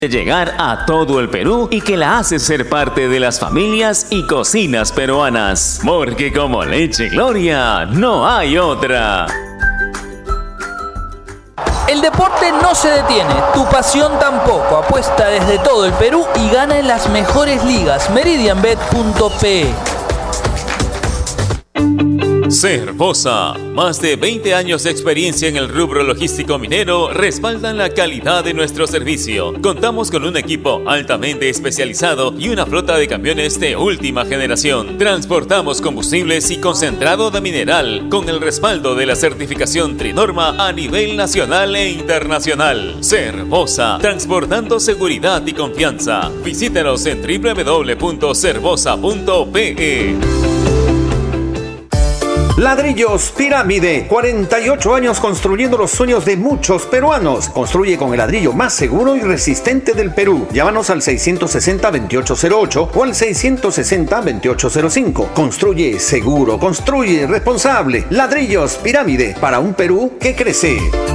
de llegar a todo el Perú y que la hace ser parte de las familias y cocinas peruanas. Porque como Leche Gloria, no hay otra. El deporte no se detiene, tu pasión tampoco. Apuesta desde todo el Perú y gana en las mejores ligas. Meridianbet.pe. Cervosa, más de 20 años de experiencia en el rubro logístico minero respaldan la calidad de nuestro servicio. Contamos con un equipo altamente especializado y una flota de camiones de última generación. Transportamos combustibles y concentrado de mineral con el respaldo de la certificación Trinorma a nivel nacional e internacional. Cervosa, transportando seguridad y confianza. Visítenos en www.cervosa.pe. Ladrillos Pirámide, 48 años construyendo los sueños de muchos peruanos. Construye con el ladrillo más seguro y resistente del Perú. Llámanos al 660-2808 o al 660-2805. Construye seguro, construye responsable. Ladrillos Pirámide, para un Perú que crece.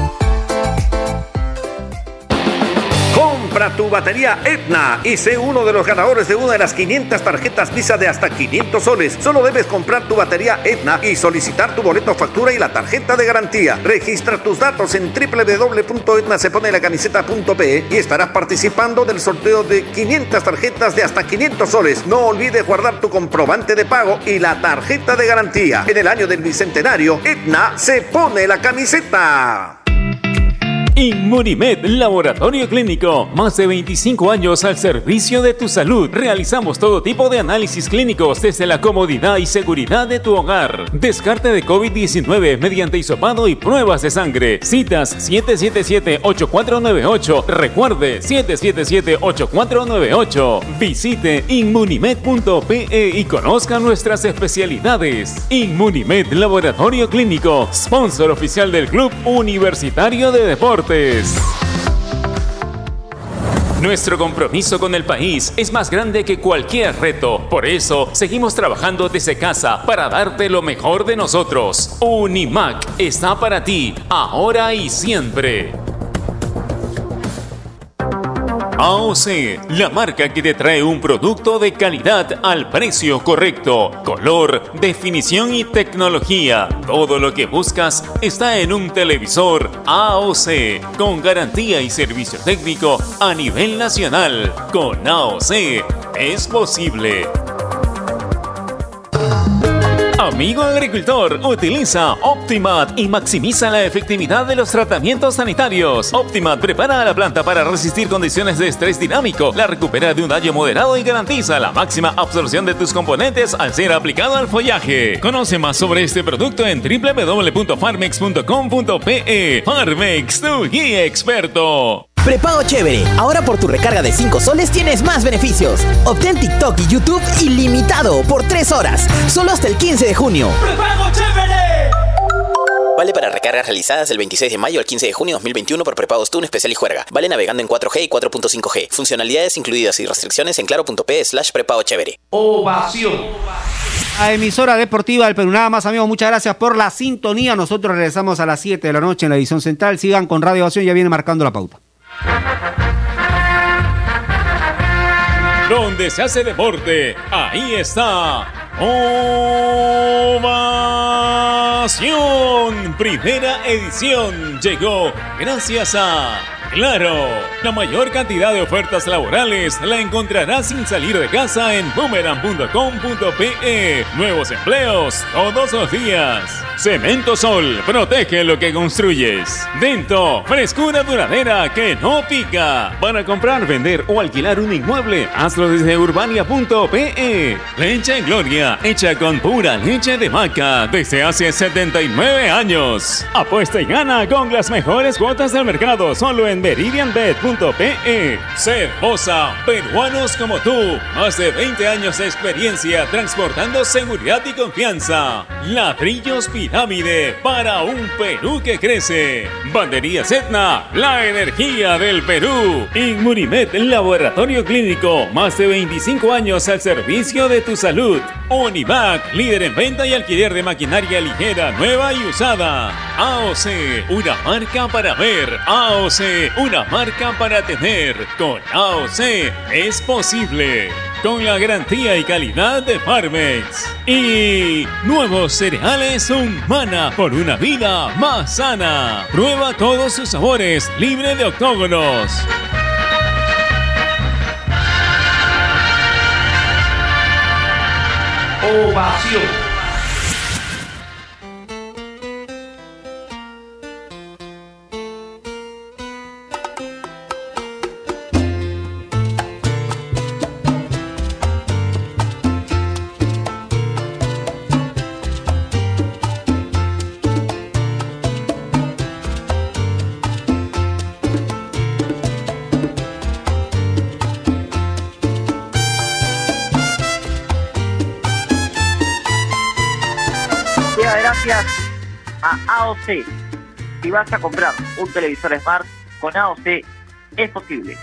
Compra tu batería Etna y sé uno de los ganadores de una de las 500 tarjetas Visa de hasta 500 soles. Solo debes comprar tu batería Etna y solicitar tu boleto factura y la tarjeta de garantía. Registra tus datos en www.etnaseponelacamiseta.pe y estarás participando del sorteo de 500 tarjetas de hasta 500 soles. No olvides guardar tu comprobante de pago y la tarjeta de garantía. En el año del bicentenario, Etna se pone la camiseta. Inmunimed Laboratorio Clínico, más de 25 años al servicio de tu salud. Realizamos todo tipo de análisis clínicos desde la comodidad y seguridad de tu hogar. Descarte de COVID-19 mediante hisopado y pruebas de sangre. Citas 777-8498. Recuerde, 777-8498. Visite inmunimed.pe y conozca nuestras especialidades. Inmunimed Laboratorio Clínico, sponsor oficial del Club Universitario de Deportes. Nuestro compromiso con el país es más grande que cualquier reto. Por eso, seguimos trabajando desde casa para darte lo mejor de nosotros. Unimac está para ti, ahora y siempre. AOC, la marca que te trae un producto de calidad al precio correcto. Color, definición y tecnología. Todo lo que buscas está en un televisor AOC, con garantía y servicio técnico a nivel nacional. Con AOC es posible. Amigo agricultor, utiliza Optimat y maximiza la efectividad de los tratamientos sanitarios. Optimat prepara a la planta para resistir condiciones de estrés dinámico, la recupera de un daño moderado y garantiza la máxima absorción de tus componentes al ser aplicado al follaje. Conoce más sobre este producto en www.farmex.com.pe. Farmex, tu guía experto. Prepago Chévere. Ahora por tu recarga de 5 soles tienes más beneficios. Obtén TikTok y YouTube ilimitado por 3 horas. Solo hasta el 15 de junio. ¡Prepago Chévere! Vale para recargas realizadas del 26 de mayo al 15 de junio de 2021 por prepagos TUN Especial y Juerga. Vale navegando en 4G y 4.5G. Funcionalidades incluidas y restricciones en claro.pe/prepago chévere. Ovación. A emisora deportiva del Perú. Nada más, amigos, muchas gracias por la sintonía. Nosotros regresamos a las 7 de la noche en la edición central. Sigan con Radio Ovación, ya viene marcando la pauta. Donde se hace deporte, ahí está Ovación. Primera edición llegó gracias a Claro. La mayor cantidad de ofertas laborales la encontrarás sin salir de casa en boomerang.com.pe. Nuevos empleos todos los días. Cemento Sol, protege lo que construyes. Dento, frescura duradera que no pica. Para comprar, vender o alquilar un inmueble, hazlo desde urbania.pe. Leche Gloria, hecha con pura leche de vaca desde hace 79 años. Apuesta y gana con las mejores cuotas del mercado solo en meridianbet.pe. Cervosa, peruanos como tú. Más de 20 años de experiencia transportando seguridad y confianza. Ladrillos Pirámide, para un Perú que crece. Banderías Etna, la energía del Perú. Inmunimed, laboratorio clínico, más de 25 años al servicio de tu salud. Univac, líder en venta y alquiler de maquinaria ligera, nueva y usada. AOC, una marca para ver. AOC, una marca para tener. Con AOC es posible. Con la garantía y calidad de Farmex. Y nuevos cereales Humana por una vida más sana. Prueba todos sus sabores, libre de octógonos. Ovación. Gracias a AOC. Si vas a comprar un televisor Smart con AOC, es posible.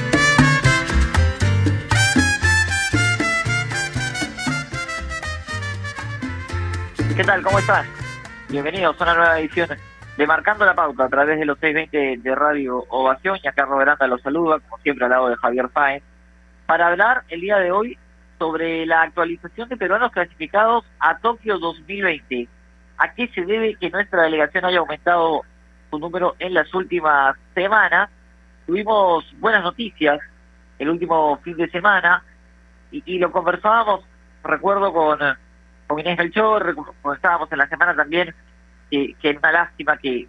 ¿Qué tal? ¿Cómo estás? Bienvenidos a una nueva edición de Marcando la Pauta a través de los 620 de Radio Ovación. Y acá Roberanda los saluda, como siempre, al lado de Javier Fáez, para hablar el día de hoy sobre la actualización de peruanos clasificados a Tokio 2020. ¿A qué se debe que nuestra delegación haya aumentado su número en las últimas semanas? Tuvimos buenas noticias el último fin de semana y lo conversábamos, recuerdo, con Inés Melchor, conversábamos en la semana también que es una lástima que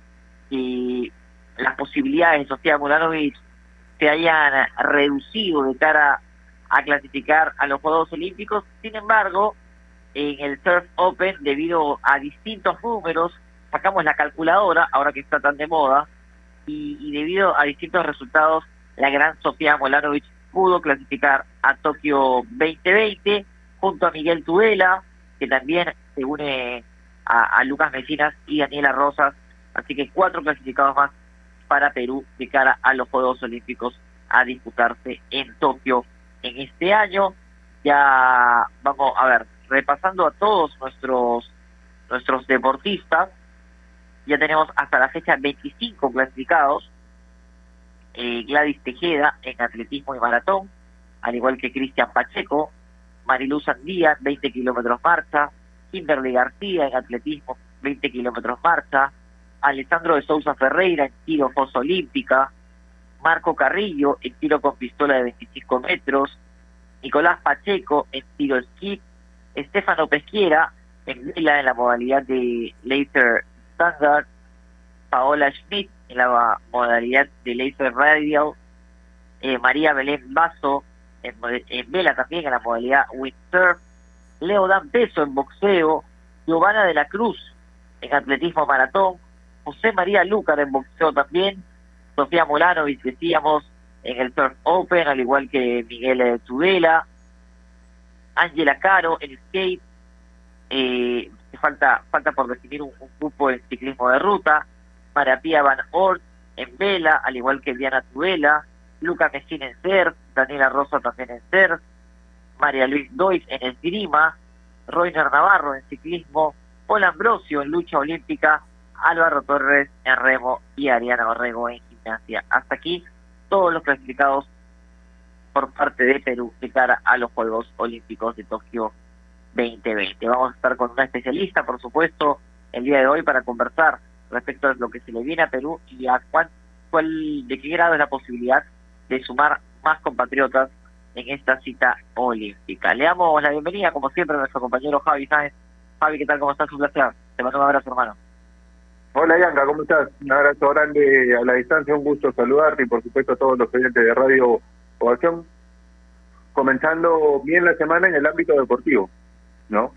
las posibilidades de Sofía Mulanovic se hayan reducido de cara a clasificar a los Juegos Olímpicos. Sin embargo, en el Surf Open, debido a distintos números, sacamos la calculadora, ahora que está tan de moda, y debido a distintos resultados, la gran Sofía Mulanovic pudo clasificar a Tokio 2020, junto a Miguel Tudela, que también se une a Lucas Mecinas y Daniela Rosas, así que 4 clasificados más para Perú de cara a los Juegos Olímpicos a disputarse en Tokio en este año. Ya vamos a ver, repasando a todos nuestros deportistas, ya tenemos hasta la fecha 25 clasificados. Gladys Tejeda en atletismo y maratón, al igual que Cristian Pacheco, Mariluz Andía 20 kilómetros marcha, Kimberly García en atletismo 20 kilómetros marcha, Alessandro de Sousa Ferreira en tiro fosa olímpica, Marco Carrillo en tiro con pistola de 25 metros, Nicolás Pacheco en tiro esquí, Estefano Pesquiera en vela en la modalidad de laser standard, Paola Schmidt en la modalidad de laser radial, María Belén Basso en vela también en la modalidad windsurf, Leo Dan Peso en boxeo, Giovanna de la Cruz en atletismo maratón, José María Lúcar en boxeo también, Sofía Mulanovic, decíamos, en el Surf Open, al igual que Miguel Tudela, Ángela Caro en skate, falta por definir un grupo en ciclismo de ruta, María Pía Van Oort en vela, al igual que Diana Tudela, Lucas Messina en surf, Daniela Rosa también en surf, María Luis Dois en esgrima, Roiner Navarro en ciclismo, Paul Ambrosio en lucha olímpica, Álvaro Torres en remo y Ariana Orrego en gimnasia. Hasta aquí todos los clasificados por parte de Perú de cara a los Juegos Olímpicos de Tokio 2020. Vamos a estar con una especialista, por supuesto, el día de hoy para conversar respecto a lo que se le viene a Perú y a de qué grado es la posibilidad de sumar más compatriotas en esta cita olímpica. Le damos la bienvenida, como siempre, a nuestro compañero Javi Sáenz. Javi, ¿qué tal? ¿Cómo estás? Un placer. Te mando un abrazo, hermano. Hola, Yanka, ¿cómo estás? Un abrazo grande a la distancia, un gusto saludarte y por supuesto a todos los oyentes de Radio Ovación. Comenzando bien la semana en el ámbito deportivo, ¿no?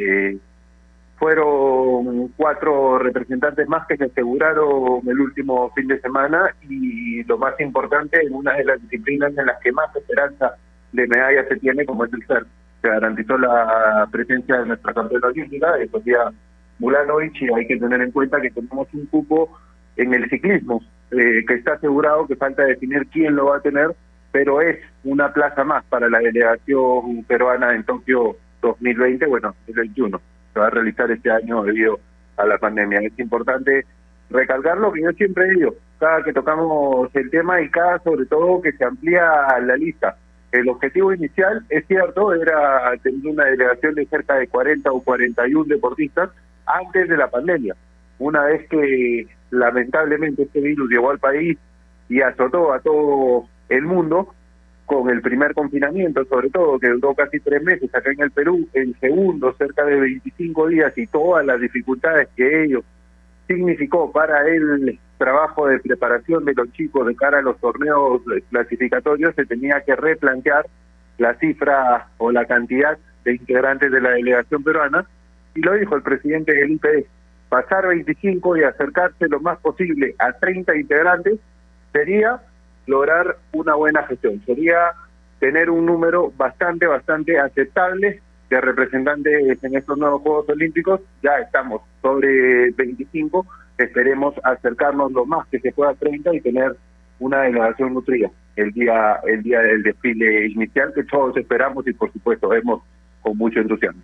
Fueron 4 representantes más que se aseguraron el último fin de semana y lo más importante, en una de las disciplinas en las que más esperanza de medalla se tiene, como es el surf. Se garantizó la presencia de nuestra campeona olímpica, de Sofía Mulanovic, y hay que tener en cuenta que tenemos un cupo en el ciclismo, que está asegurado, que falta definir quién lo va a tener, pero es una plaza más para la delegación peruana en Tokio 2020, bueno, 2021. Se va a realizar este año debido a la pandemia. Es importante recalcar lo que yo siempre digo, cada que tocamos el tema y cada sobre todo que se amplía la lista. El objetivo inicial, es cierto, era tener una delegación de cerca de 40 o 41 deportistas antes de la pandemia. Una vez que lamentablemente este virus llegó al país y azotó a todo el mundo, con el primer confinamiento sobre todo, que duró casi 3 meses acá en el Perú, el segundo cerca de 25 días y todas las dificultades que ello significó para el trabajo de preparación de los chicos de cara a los torneos clasificatorios, se tenía que replantear la cifra o la cantidad de integrantes de la delegación peruana, y lo dijo el presidente del IPD, pasar 25 y acercarse lo más posible a 30 integrantes sería lograr una buena gestión, sería tener un número bastante aceptable de representantes en estos nuevos Juegos Olímpicos. Ya estamos sobre 25, esperemos acercarnos lo más que se pueda a 30 y tener una delegación nutrida el día del desfile inicial, que todos esperamos y por supuesto vemos con mucho entusiasmo.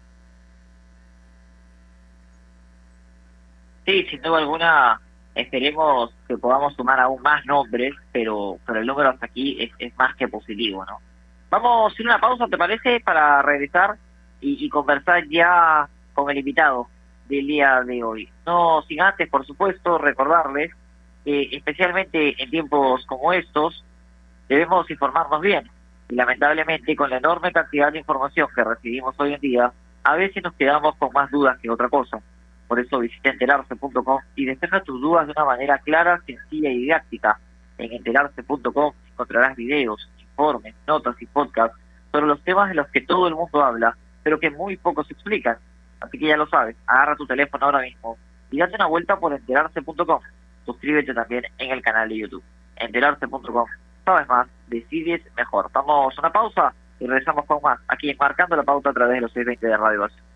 Sí, sin duda alguna, esperemos que podamos sumar aún más nombres, pero el número hasta aquí es más que positivo, ¿no? Vamos a hacer una pausa, ¿te parece? Para regresar y conversar ya con el invitado del día de hoy. No sin antes, por supuesto, recordarles que especialmente en tiempos como estos debemos informarnos bien. Y lamentablemente con la enorme cantidad de información que recibimos hoy en día, a veces nos quedamos con más dudas que otra cosa. Por eso visita enterarse.com y despeja tus dudas de una manera clara, sencilla y didáctica. En enterarse.com encontrarás videos, informes, notas y podcasts sobre los temas de los que todo el mundo habla, pero que muy pocos explican. Así que ya lo sabes, agarra tu teléfono ahora mismo y date una vuelta por enterarse.com. Suscríbete también en el canal de YouTube. Enterarse.com. Sabes más, decides mejor. Vamos a una pausa y regresamos con más, aquí en Marcando la Pauta a través de los 620 de Radio Base.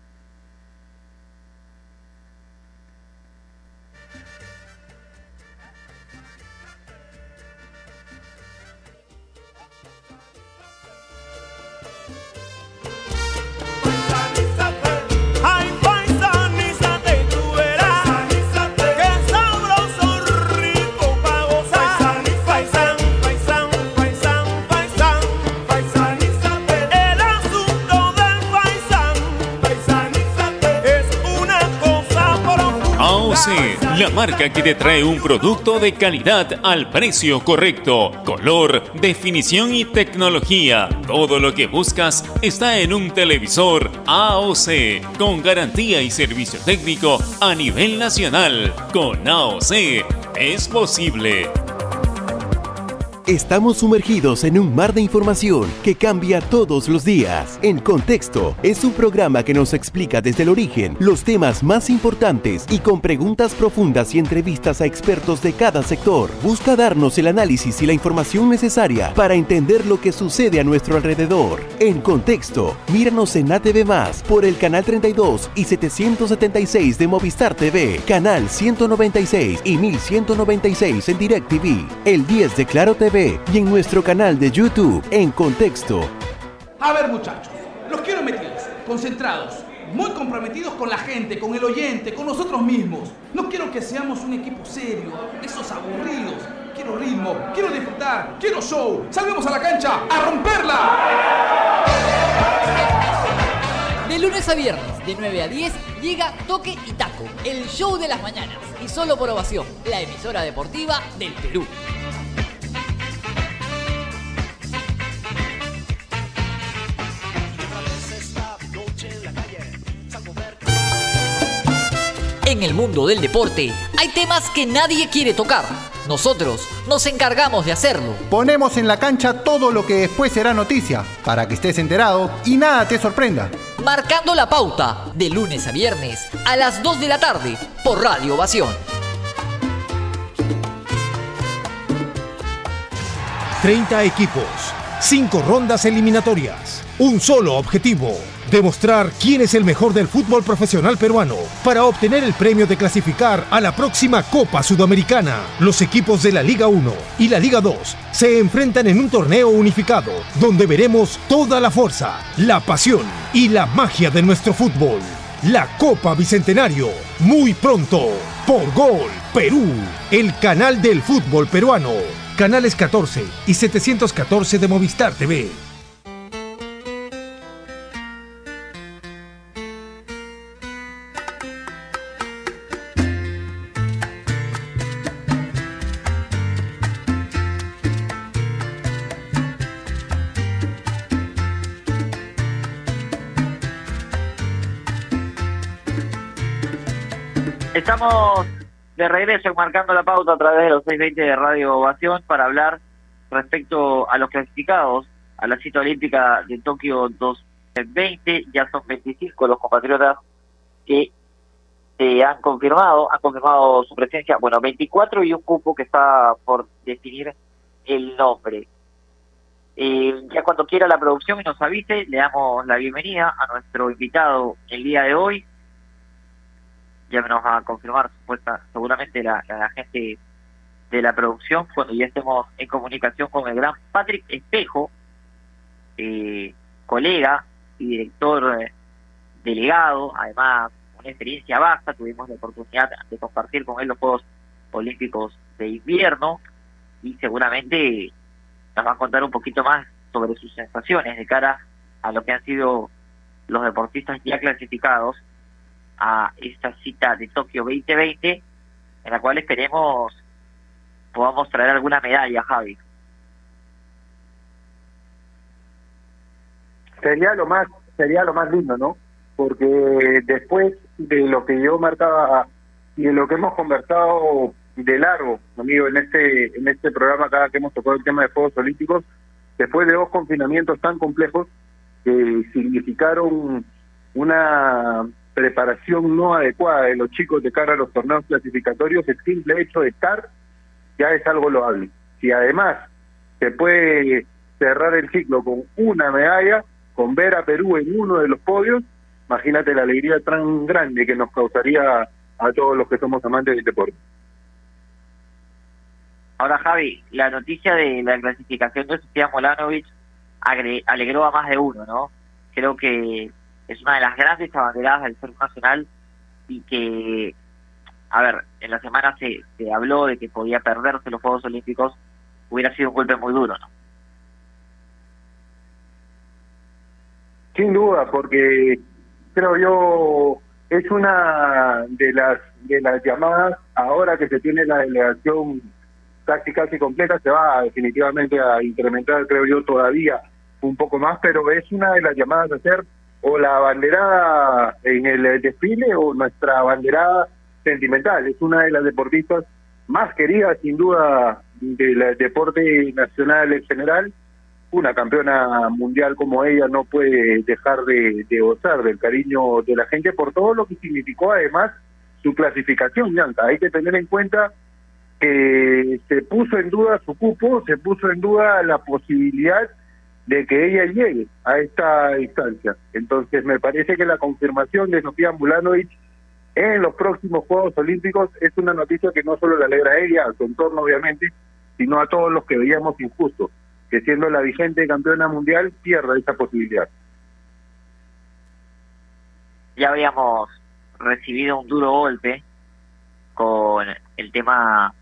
La marca que te trae un producto de calidad al precio correcto, color, definición y tecnología. Todo lo que buscas está en un televisor AOC, con garantía y servicio técnico a nivel nacional. Con AOC es posible. Estamos sumergidos en un mar de información que cambia todos los días. En Contexto es un programa que nos explica desde el origen los temas más importantes y con preguntas profundas y entrevistas a expertos de cada sector. Busca darnos el análisis y la información necesaria para entender lo que sucede a nuestro alrededor. En Contexto, míranos en ATV+, por el canal 32 y 776 de Movistar TV, canal 196 y 1196 en DirecTV, el 10 de Claro TV y en nuestro canal de YouTube, En Contexto. A ver, muchachos, los quiero metidos, concentrados, muy comprometidos con la gente, con el oyente, con nosotros mismos. No quiero que seamos un equipo serio, esos aburridos. Quiero ritmo, quiero disfrutar, quiero show. Salgamos a la cancha a romperla. De lunes a viernes, de 9 a 10, llega Toque y Taco, el show de las mañanas. Y solo por Ovación, la emisora deportiva del Perú. En el mundo del deporte hay temas que nadie quiere tocar. Nosotros nos encargamos de hacerlo. Ponemos en la cancha todo lo que después será noticia, para que estés enterado y nada te sorprenda. Marcando la Pauta, de lunes a viernes, a las 2 de la tarde, por Radio Ovación. 30 equipos, 5 rondas eliminatorias, un solo objetivo: demostrar quién es el mejor del fútbol profesional peruano para obtener el premio de clasificar a la próxima Copa Sudamericana. Los equipos de la Liga 1 y la Liga 2 se enfrentan en un torneo unificado donde veremos toda la fuerza, la pasión y la magia de nuestro fútbol. la Copa Bicentenario. Muy pronto, por Gol Perú, el canal del fútbol peruano. Canales 14 y 714 de Movistar TV. Estamos de regreso marcando la pauta a través de los 620 de Radio Ovación para hablar respecto a los clasificados a la cita olímpica de Tokio 2020. Ya son 25 los compatriotas que han confirmado su presencia. Bueno, 24 y un cupo que está por definir el nombre. Ya cuando quiera la producción y nos avise, le damos la bienvenida a nuestro invitado el día de hoy. Ya nos va a confirmar seguramente la gente de la producción cuando ya estemos en comunicación con el gran Patrick Espejo, colega y director delegado, además una experiencia vasta. Tuvimos la oportunidad de compartir con él los Juegos Olímpicos de Invierno y seguramente nos va a contar un poquito más sobre sus sensaciones de cara a lo que han sido los deportistas ya clasificados a esta cita de Tokio 2020, en la cual esperemos podamos traer alguna medalla, Javi. Sería lo más lindo, ¿no? Porque después de lo que yo marcaba y de lo que hemos conversado de largo, amigo, en este programa, cada que hemos tocado el tema de Juegos Olímpicos, después de 2 confinamientos tan complejos que significaron una preparación no adecuada de los chicos de cara a los torneos clasificatorios, el simple hecho de estar ya es algo loable. Si además se puede cerrar el ciclo con una medalla, con ver a Perú en uno de los podios, imagínate la alegría tan grande que nos causaría a todos los que somos amantes del deporte. Ahora, Javi, la noticia de la clasificación de Sofía Molanovic alegró a más de uno, ¿no? Creo que es una de las grandes abanderadas del surf nacional y que, a ver, en la semana se habló de que podía perderse los Juegos Olímpicos. Hubiera sido un golpe muy duro, ¿no? Sin duda, porque creo yo es una de las llamadas, ahora que se tiene la delegación casi completa, se va definitivamente a incrementar, creo yo, todavía un poco más, pero es una de las llamadas a hacer o la banderada en el desfile o nuestra banderada sentimental. Es una de las deportistas más queridas, sin duda, del deporte nacional en general. Una campeona mundial como ella no puede dejar de gozar del cariño de la gente por todo lo que significó además su clasificación, Bianca. Hay que tener en cuenta que se puso en duda su cupo, se puso en duda la posibilidad de que ella llegue a esta instancia. Entonces me parece que la confirmación de Sofía Molanovic en los próximos Juegos Olímpicos es una noticia que no solo le alegra a ella, a su entorno obviamente, sino a todos los que veíamos injusto que siendo la vigente campeona mundial pierda esa posibilidad. Ya habíamos recibido un duro golpe con el tema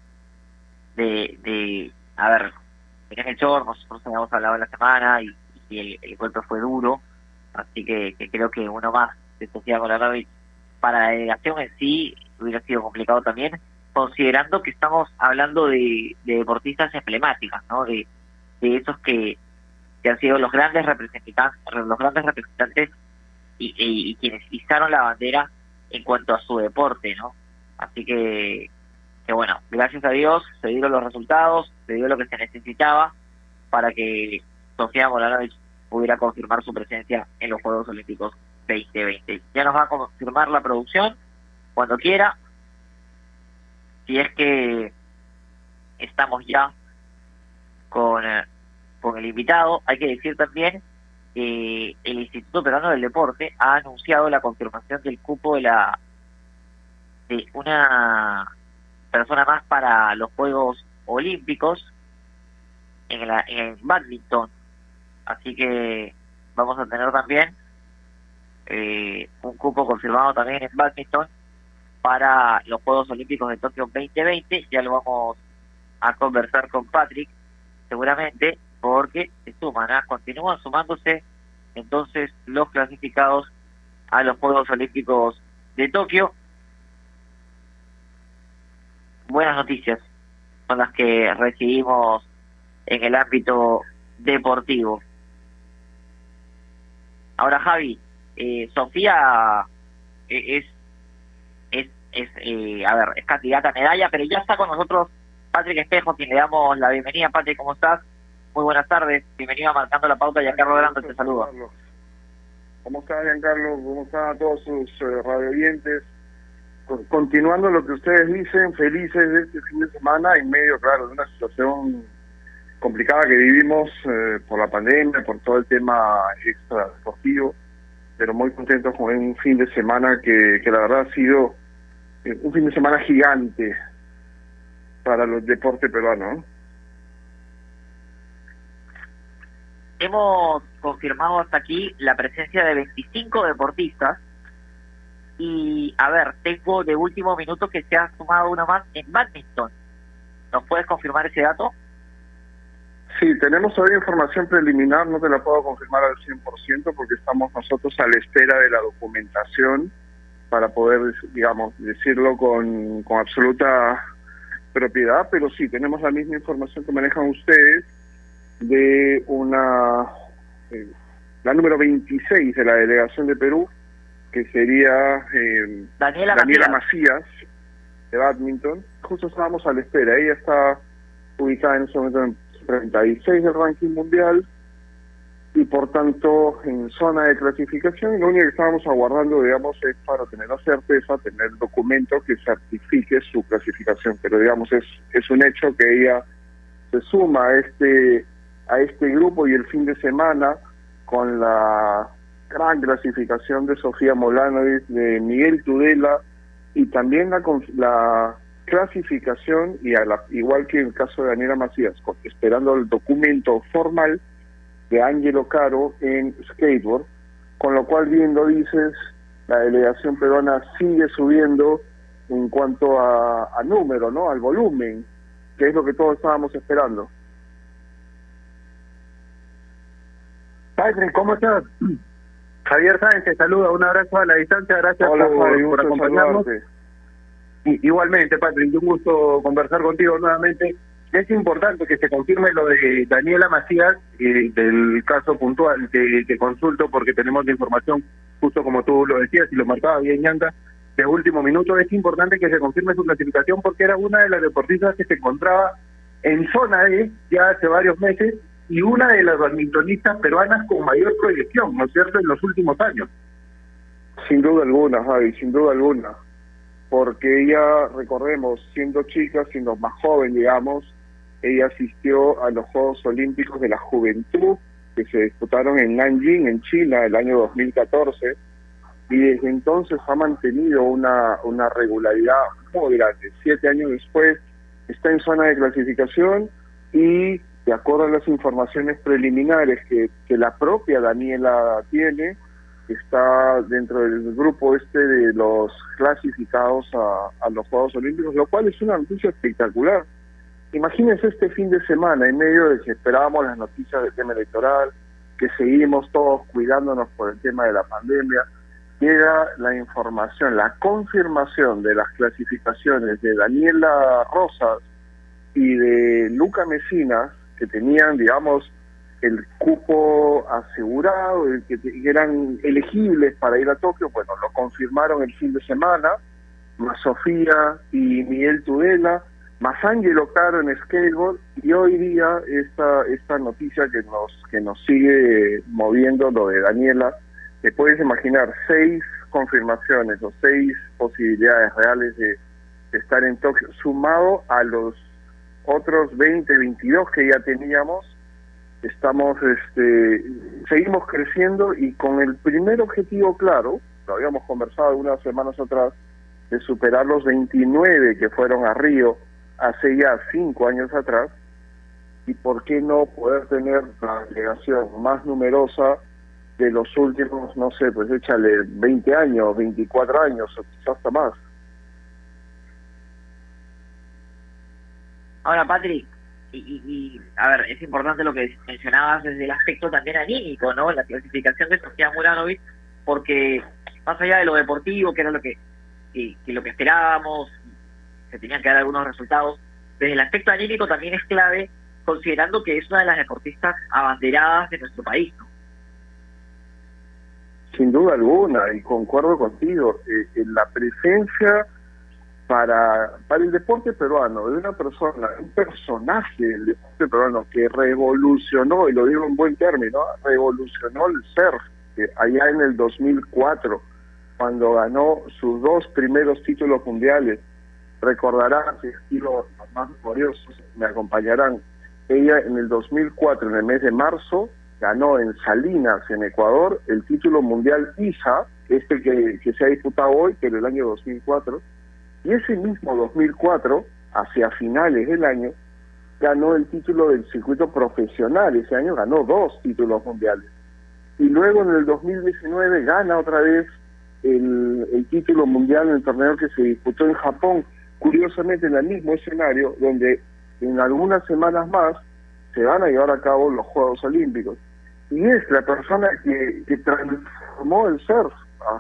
de a ver, en el short, nosotros habíamos hablado en la semana y el golpe fue duro, así que creo que uno más de Sofía Molanovic para la delegación en sí hubiera sido complicado también, considerando que estamos hablando de deportistas emblemáticas, ¿no? De esos que han sido los grandes representantes y quienes izaron la bandera en cuanto a su deporte, ¿no? Así que bueno, gracias a Dios se dieron los resultados, se dio lo que se necesitaba para que Sofía Molanovic pudiera confirmar su presencia en los Juegos Olímpicos 2020. Ya nos va a confirmar la producción cuando quiera, si es que estamos ya con el invitado. Hay que decir también que el Instituto Peruano del Deporte ha anunciado la confirmación del cupo de una persona más para los Juegos Olímpicos en el bádminton, así que vamos a tener también un cupo confirmado también en bádminton para los Juegos Olímpicos de Tokio 2020. Ya lo vamos a conversar con Patrick, seguramente, porque se suman, continúan sumándose entonces los clasificados a los Juegos Olímpicos de Tokio. Buenas noticias son las que recibimos en el ámbito deportivo. Ahora, Javi, Sofía es candidata a medalla, pero ya está con nosotros Patrick Espejo, quien le damos la bienvenida. Patrick, ¿cómo estás? Muy buenas tardes, bienvenido a Marcando la Pauta. Giancarlo Grande te saluda. ¿Cómo estás, Giancarlo? ¿Cómo están a todos sus radioyentes? Continuando lo que ustedes dicen, felices de este fin de semana, en medio, claro, de una situación complicada que vivimos por la pandemia, por todo el tema extra deportivo, pero muy contentos con un fin de semana que la verdad ha sido un fin de semana gigante para los deportes peruanos, ¿no? Hemos confirmado hasta aquí la presencia de 25 deportistas y, tengo de último minuto que se ha sumado uno más en bádminton. ¿Nos puedes confirmar ese dato? Sí, tenemos todavía información preliminar, no te la puedo confirmar al 100% porque estamos nosotros a la espera de la documentación para poder, digamos, decirlo con absoluta propiedad, pero sí, tenemos la misma información que manejan ustedes de la número 26 de la delegación de Perú, que sería Daniela Macías, de bádminton. Justo estábamos a la espera, ella está ubicada en ese momento en 36 del ranking mundial y por tanto en zona de clasificación, y lo único que estábamos aguardando, digamos, es para tener la certeza, tener el documento que certifique su clasificación, pero digamos es un hecho que ella se suma a este grupo, y el fin de semana con la gran clasificación de Sofía Molanovic, de Miguel Tudela, y también la clasificación, y igual que en el caso de Daniela Macías, esperando el documento formal de Ángelo Caro en skateboard, con lo cual, bien lo dices, la delegación peruana sigue subiendo en cuanto a número, ¿no? Al volumen, que es lo que todos estábamos esperando. Patrick, ¿cómo estás? Javier Sáenz te saluda, un abrazo a la distancia, gracias por acompañarnos. Igualmente, Patrick, un gusto conversar contigo nuevamente. Es importante que se confirme lo de Daniela Macías, del caso puntual que consulto, porque tenemos la información, justo como tú lo decías y lo marcaba bien, Yanka, de último minuto. Es importante que se confirme su clasificación porque era una de las deportistas que se encontraba en zona E ya hace varios meses, y una de las badmintonistas peruanas con mayor proyección, ¿no es cierto?, en los últimos años. Sin duda alguna, Javi, sin duda alguna, porque ella, recordemos, siendo chica, siendo más joven, digamos, ella asistió a los Juegos Olímpicos de la Juventud, que se disputaron en Nanjing, en China, el año 2014, y desde entonces ha mantenido una regularidad muy grande. 7 años después está en zona de clasificación, y de acuerdo a las informaciones preliminares que la propia Daniela tiene, está dentro del grupo de los clasificados a los Juegos Olímpicos, lo cual es una noticia espectacular. Imagínense este fin de semana, en medio de que esperábamos las noticias del tema electoral, que seguimos todos cuidándonos por el tema de la pandemia, llega la información, la confirmación de las clasificaciones de Daniela Rosas y de Luca Messinas, que tenían, digamos, el cupo asegurado, que eran elegibles para ir a Tokio. Bueno, lo confirmaron el fin de semana, más Sofía y Miguel Tudela, más Ángelo Caro en skateboard, y hoy día esta noticia que nos sigue moviendo, lo de Daniela. Te puedes imaginar 6 confirmaciones o 6 posibilidades reales de estar en Tokio, sumado a los otros 20, 22 que ya teníamos. Seguimos creciendo, y con el primer objetivo claro, lo habíamos conversado algunas semanas atrás, de superar los 29 que fueron a Río hace ya 5 años atrás, y por qué no poder tener la delegación más numerosa de los últimos, no sé, pues échale 20 años, 24 años, o quizás hasta más. Ahora, Patrick, a ver, es importante lo que mencionabas desde el aspecto también anímico, ¿no? La clasificación de Sofía Muranovic, porque más allá de lo deportivo, que era lo que esperábamos, se tenían que dar algunos resultados, desde el aspecto anímico también es clave, considerando que es una de las deportistas abanderadas de nuestro país, ¿no? Sin duda alguna, y concuerdo contigo, en la presencia para el deporte peruano, de una persona, un personaje del deporte peruano que revolucionó, y lo digo en buen término, revolucionó el surf, allá en el 2004, cuando ganó sus 2 primeros títulos mundiales. Recordarán, y los más gloriosos me acompañarán, ella en el 2004, en el mes de marzo, ganó en Salinas, en Ecuador, el título mundial ISA, que se ha disputado hoy, pero el año 2004, y ese mismo 2004, hacia finales del año, ganó el título del circuito profesional. Ese año ganó 2 títulos mundiales. Y luego en el 2019 gana otra vez el título mundial en el torneo que se disputó en Japón, curiosamente en el mismo escenario, donde en algunas semanas más se van a llevar a cabo los Juegos Olímpicos. Y es la persona que transformó el surf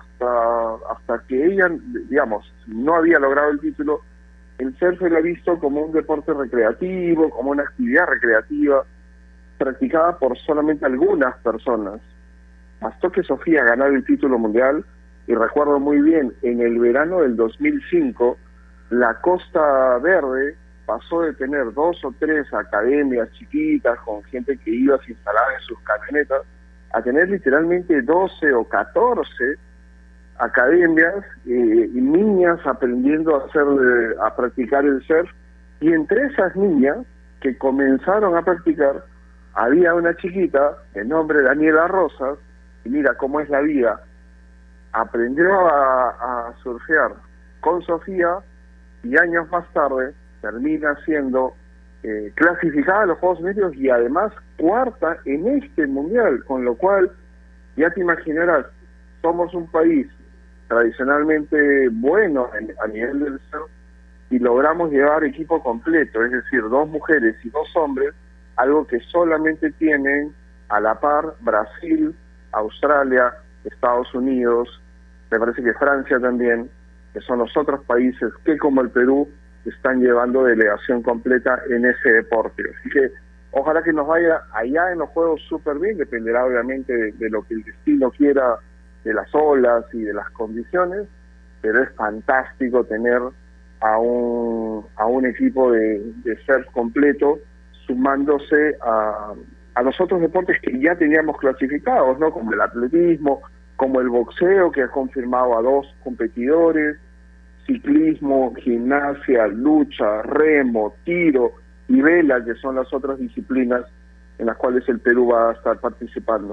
hasta que ella, digamos, no había logrado el título. El surf era visto como un deporte recreativo, como una actividad recreativa, practicada por solamente algunas personas. Bastó que Sofía ganara el título mundial, y recuerdo muy bien, en el verano del 2005, la Costa Verde pasó de tener 2 o 3 academias chiquitas con gente que iba a se instalar en sus camionetas a tener literalmente 12 o 14 academias y niñas aprendiendo a practicar el surf. Y entre esas niñas que comenzaron a practicar había una chiquita de nombre Daniela Rosas, y mira cómo es la vida, aprendió a surfear con Sofía y años más tarde termina siendo clasificada a los Juegos Olímpicos y además 4ª en este mundial, con lo cual ya te imaginarás, somos un país tradicionalmente bueno a nivel del surf y logramos llevar equipo completo, es decir, 2 mujeres y 2 hombres, algo que solamente tienen a la par Brasil, Australia, Estados Unidos, me parece que Francia también, que son los otros países que, como el Perú, están llevando delegación completa en ese deporte. Así que ojalá que nos vaya allá en los Juegos súper bien, dependerá obviamente de lo que el destino quiera, de las olas y de las condiciones, pero es fantástico tener a un equipo de surf completo sumándose a los otros deportes que ya teníamos clasificados, ¿no? Como el atletismo, como el boxeo, que ha confirmado a 2 competidores, ciclismo, gimnasia, lucha, remo, tiro y vela, que son las otras disciplinas en las cuales el Perú va a estar participando.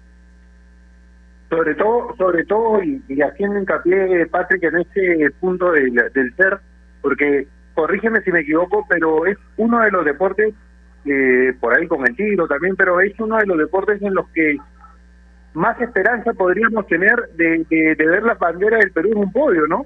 Sobre todo y haciendo hincapié, Patrick, en este punto del surf, porque corrígeme si me equivoco, pero es uno de los deportes, por ahí con el tiro también, pero es uno de los deportes en los que más esperanza podríamos tener de ver la bandera del Perú en un podio, ¿no?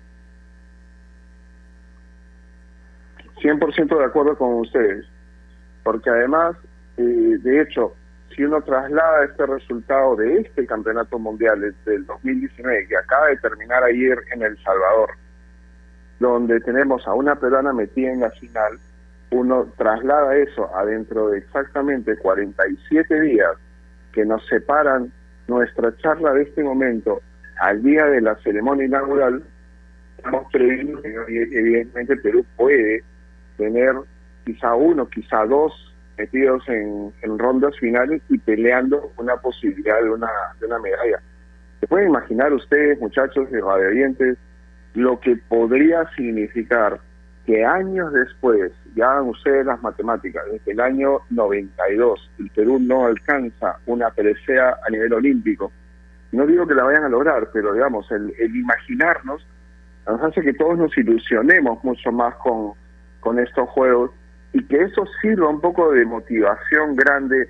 100% de acuerdo con ustedes, porque además, de hecho, si uno traslada este resultado de este campeonato mundial del 2019, que acaba de terminar ayer en El Salvador, donde tenemos a una peruana metida en la final, uno traslada eso adentro de exactamente 47 días que nos separan nuestra charla de este momento al día de la ceremonia inaugural. Estamos previendo que evidentemente Perú puede tener quizá 1, quizá 2 metidos en rondas finales y peleando una posibilidad de una medalla. ¿Se pueden imaginar ustedes, muchachos y radioyentes, lo que podría significar que años después, ya hagan ustedes las matemáticas, desde el año 92, el Perú no alcanza una presea a nivel olímpico? No digo que la vayan a lograr, pero digamos, el imaginarnos nos hace que todos nos ilusionemos mucho más con estos Juegos, y que eso sirva un poco de motivación grande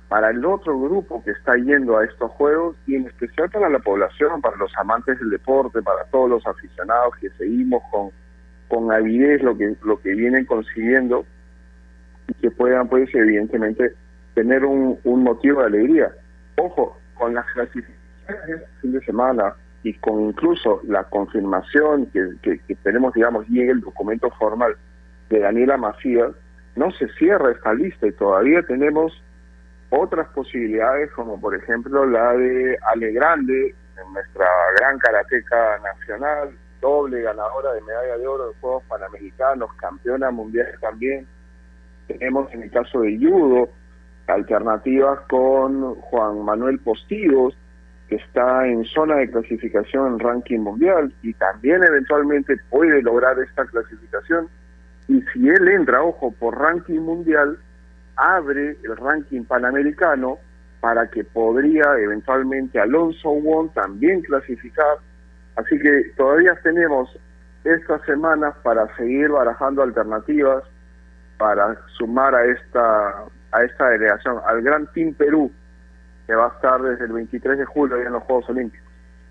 para el otro grupo que está yendo a estos juegos y en especial para la población, para los amantes del deporte, para todos los aficionados que seguimos con avidez lo que vienen consiguiendo y que puedan, pues, evidentemente, tener un motivo de alegría. Ojo, con las clasificaciones de este fin de semana y con incluso la confirmación que tenemos, digamos, llegue el documento formal de Daniela Macías, no se cierra esta lista y todavía tenemos otras posibilidades, como por ejemplo la de Ale Grande, nuestra gran karateca nacional, doble ganadora de medalla de oro de Juegos Panamericanos, campeona mundial también. Tenemos en el caso de judo alternativas con Juan Manuel Postigos, que está en zona de clasificación en ranking mundial y también eventualmente puede lograr esta clasificación. Y si él entra, ojo, por ranking mundial, abre el ranking panamericano para que podría eventualmente Alonso Wong también clasificar. Así que todavía tenemos estas semanas para seguir barajando alternativas para sumar a esta delegación, al Gran Team Perú, que va a estar desde el 23 de julio en los Juegos Olímpicos.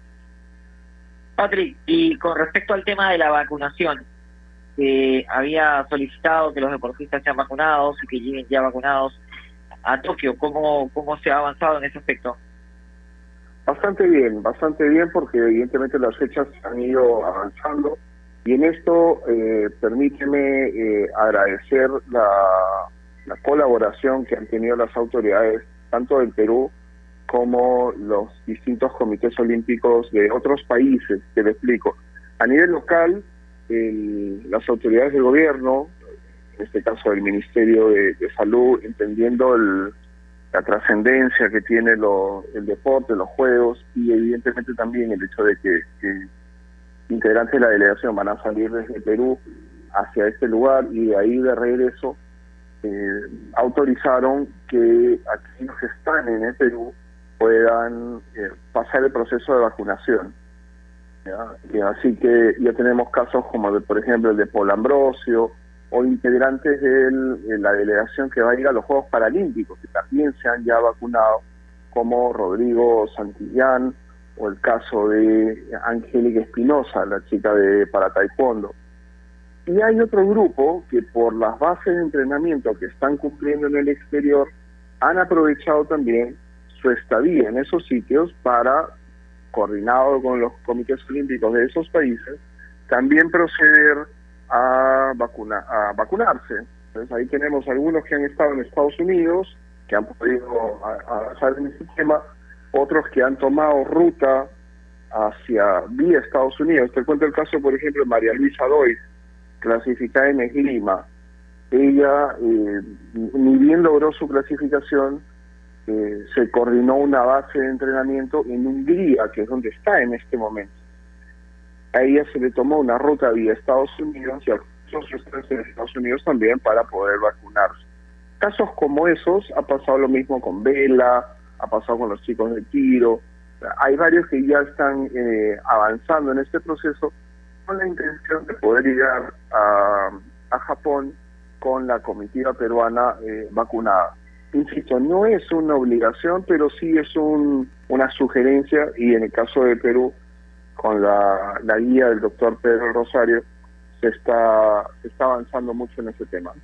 Patrick, y con respecto al tema de la vacunación, había solicitado que los deportistas sean vacunados y que lleguen ya vacunados a Tokio. ¿Cómo se ha avanzado en ese aspecto? Bastante bien, porque evidentemente las fechas han ido avanzando y en esto permíteme agradecer la colaboración que han tenido las autoridades tanto del Perú como los distintos comités olímpicos de otros países. Te lo explico. A nivel local, las autoridades del gobierno, en este caso el Ministerio de Salud, entendiendo la trascendencia que tiene el deporte, los juegos, y evidentemente también el hecho de que integrantes de la delegación van a salir desde Perú hacia este lugar y de ahí de regreso, autorizaron que aquellos que están en el Perú puedan pasar el proceso de vacunación. Así que ya tenemos casos como, por ejemplo, el de Paul Ambrosio o integrantes de la delegación que va a ir a los Juegos Paralímpicos, que también se han ya vacunado, como Rodrigo Santillán o el caso de Angélica Espinosa, la chica de para taekwondo. Y hay otro grupo que por las bases de entrenamiento que están cumpliendo en el exterior han aprovechado también su estadía en esos sitios para, coordinado con los comités olímpicos de esos países, también proceder a vacunarse. Entonces ahí tenemos algunos que han estado en Estados Unidos, que han podido avanzar en ese tema, otros que han tomado ruta vía Estados Unidos. Te cuento el caso, por ejemplo, de María Luisa Dois, clasificada en Esgrima. Ella, ni bien logró su clasificación, se coordinó una base de entrenamiento en Hungría, que es donde está en este momento. A ella se le tomó una ruta vía Estados Unidos y a otros restantes de Estados Unidos también para poder vacunarse. Casos como esos ha pasado lo mismo con Vela, ha pasado con los chicos de tiro. Hay varios que ya están avanzando en este proceso con la intención de poder llegar a Japón con la comitiva peruana vacunada. Insisto, no es una obligación, pero sí es una sugerencia, y en el caso de Perú, con la guía del doctor Pedro Rosario, se está avanzando mucho en ese tema.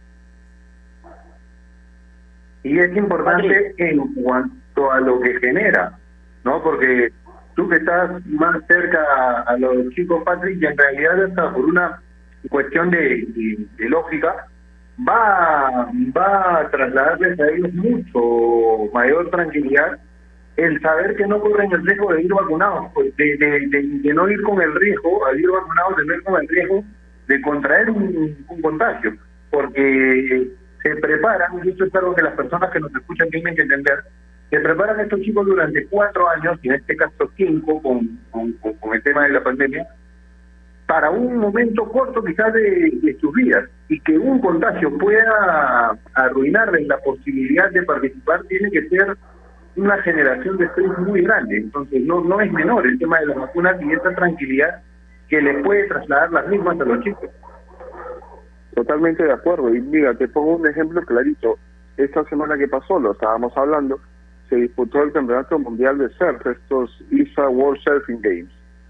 Y es importante en cuanto a lo que genera, ¿no? Porque tú que estás más cerca a los chicos, Patrick, y en realidad hasta por una cuestión de lógica, va a trasladarles a ellos mucho mayor tranquilidad el saber que no corren el riesgo de ir vacunados, de no ir con el riesgo, al ir vacunados, de no ir con el riesgo de contraer un contagio, porque se preparan, y esto es algo que las personas que nos escuchan tienen que entender, se preparan estos chicos durante 4 años, y en este caso 5 con el tema de la pandemia, para un momento corto quizás de sus vidas, y que un contagio pueda arruinarles la posibilidad de participar tiene que ser una generación de estrés muy grande. Entonces no es menor el tema de las vacunas y esa tranquilidad que les puede trasladar las mismas a los chicos. Totalmente de acuerdo, y mira, te pongo un ejemplo clarito. esta semana que pasó, lo estábamos hablando, se disputó el Campeonato Mundial de Surf, estos ISA World Surfing Games.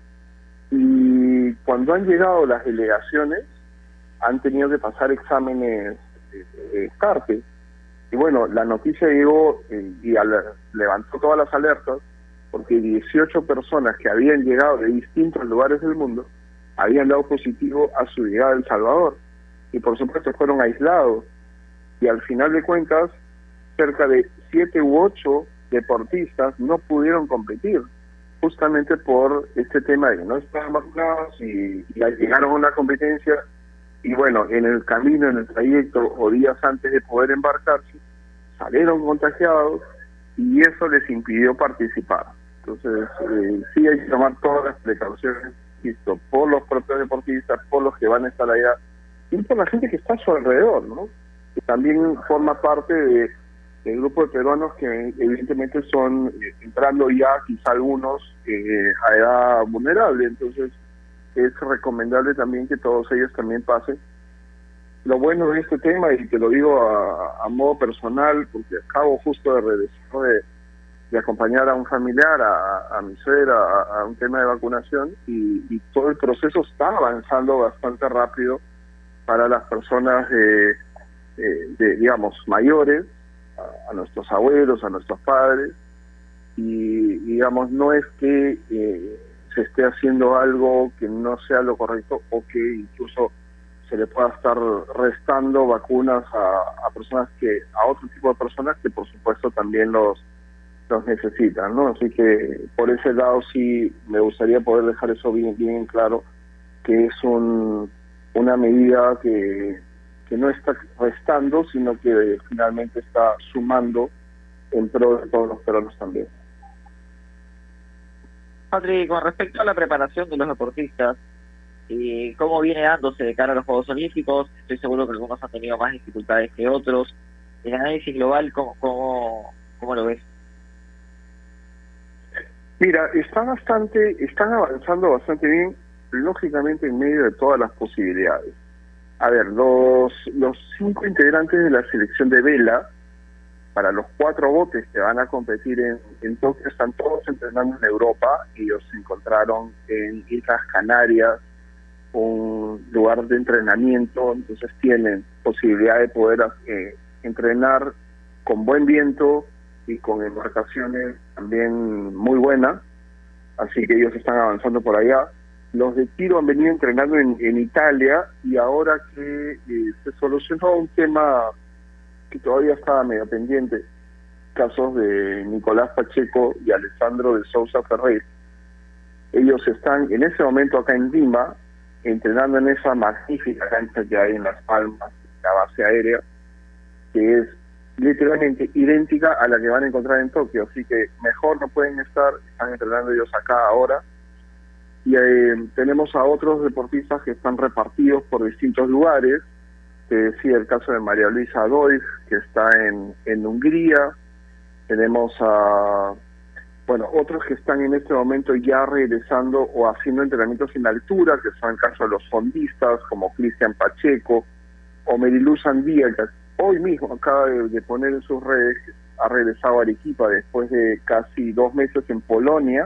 Y cuando han llegado las delegaciones, han tenido que pasar exámenes CARTE. Y bueno, la noticia llegó y levantó todas las alertas, porque 18 personas que habían llegado de distintos lugares del mundo habían dado positivo a su llegada a El Salvador. Y por supuesto fueron aislados. Y al final de cuentas, cerca de 7 u 8 deportistas no pudieron competir, justamente por este tema de que no estaban vacunados y llegaron a una competencia y bueno, en el camino, en el trayecto o días antes de poder embarcarse, salieron contagiados y eso les impidió participar. Entonces, sí hay que tomar todas las precauciones, insisto, por los propios deportistas, por los que van a estar allá y por la gente que está a su alrededor, ¿no? Que también forma parte del grupo de peruanos que evidentemente son entrando ya quizá algunos a edad vulnerable. Entonces es recomendable también que todos ellos también pasen. Lo bueno de este tema, y te lo digo a modo personal, porque acabo justo de regresar de acompañar a un familiar, a mi suegra, a un tema de vacunación, y todo el proceso está avanzando bastante rápido para las personas digamos, mayores, a nuestros abuelos, a nuestros padres, y digamos, no es que se esté haciendo algo que no sea lo correcto o que incluso se le pueda estar restando vacunas a personas a otro tipo de personas que por supuesto también los necesitan, ¿no? Así que por ese lado sí me gustaría poder dejar eso bien claro, que es una medida que no está restando, sino que finalmente está sumando en pro de todos los peruanos también. Patri, con respecto a la preparación de los deportistas, ¿cómo viene dándose de cara a los Juegos Olímpicos? Estoy seguro que algunos han tenido más dificultades que otros. El análisis global, ¿cómo lo ves? Mira, están avanzando bastante bien, lógicamente en medio de todas las posibilidades. A ver, los 5 integrantes de la selección de vela, para los 4 botes que van a competir en Tokio, están todos entrenando en Europa. Ellos se encontraron en Islas Canarias, un lugar de entrenamiento, entonces tienen posibilidad de poder entrenar con buen viento y con embarcaciones también muy buenas, así que ellos están avanzando por allá. Los de tiro han venido entrenando en Italia, y ahora que se solucionó un tema que todavía estaba medio pendiente, casos de Nicolás Pacheco y Alessandro de Sousa Ferreira, ellos están en ese momento acá en Lima entrenando en esa magnífica cancha que hay en Las Palmas, la base aérea, que es literalmente idéntica a la que van a encontrar en Tokio, así que mejor no pueden estar, están entrenando ellos acá ahora. Y tenemos a otros deportistas que están repartidos por distintos lugares. Te decía el caso de María Luisa Doig, que está en Hungría. Tenemos a otros que están en este momento ya regresando o haciendo entrenamientos en altura, que son el caso de los fondistas como Cristian Pacheco o Meriluz Andía, que hoy mismo acaba de poner en sus redes que ha regresado a Arequipa después de casi 2 meses en Polonia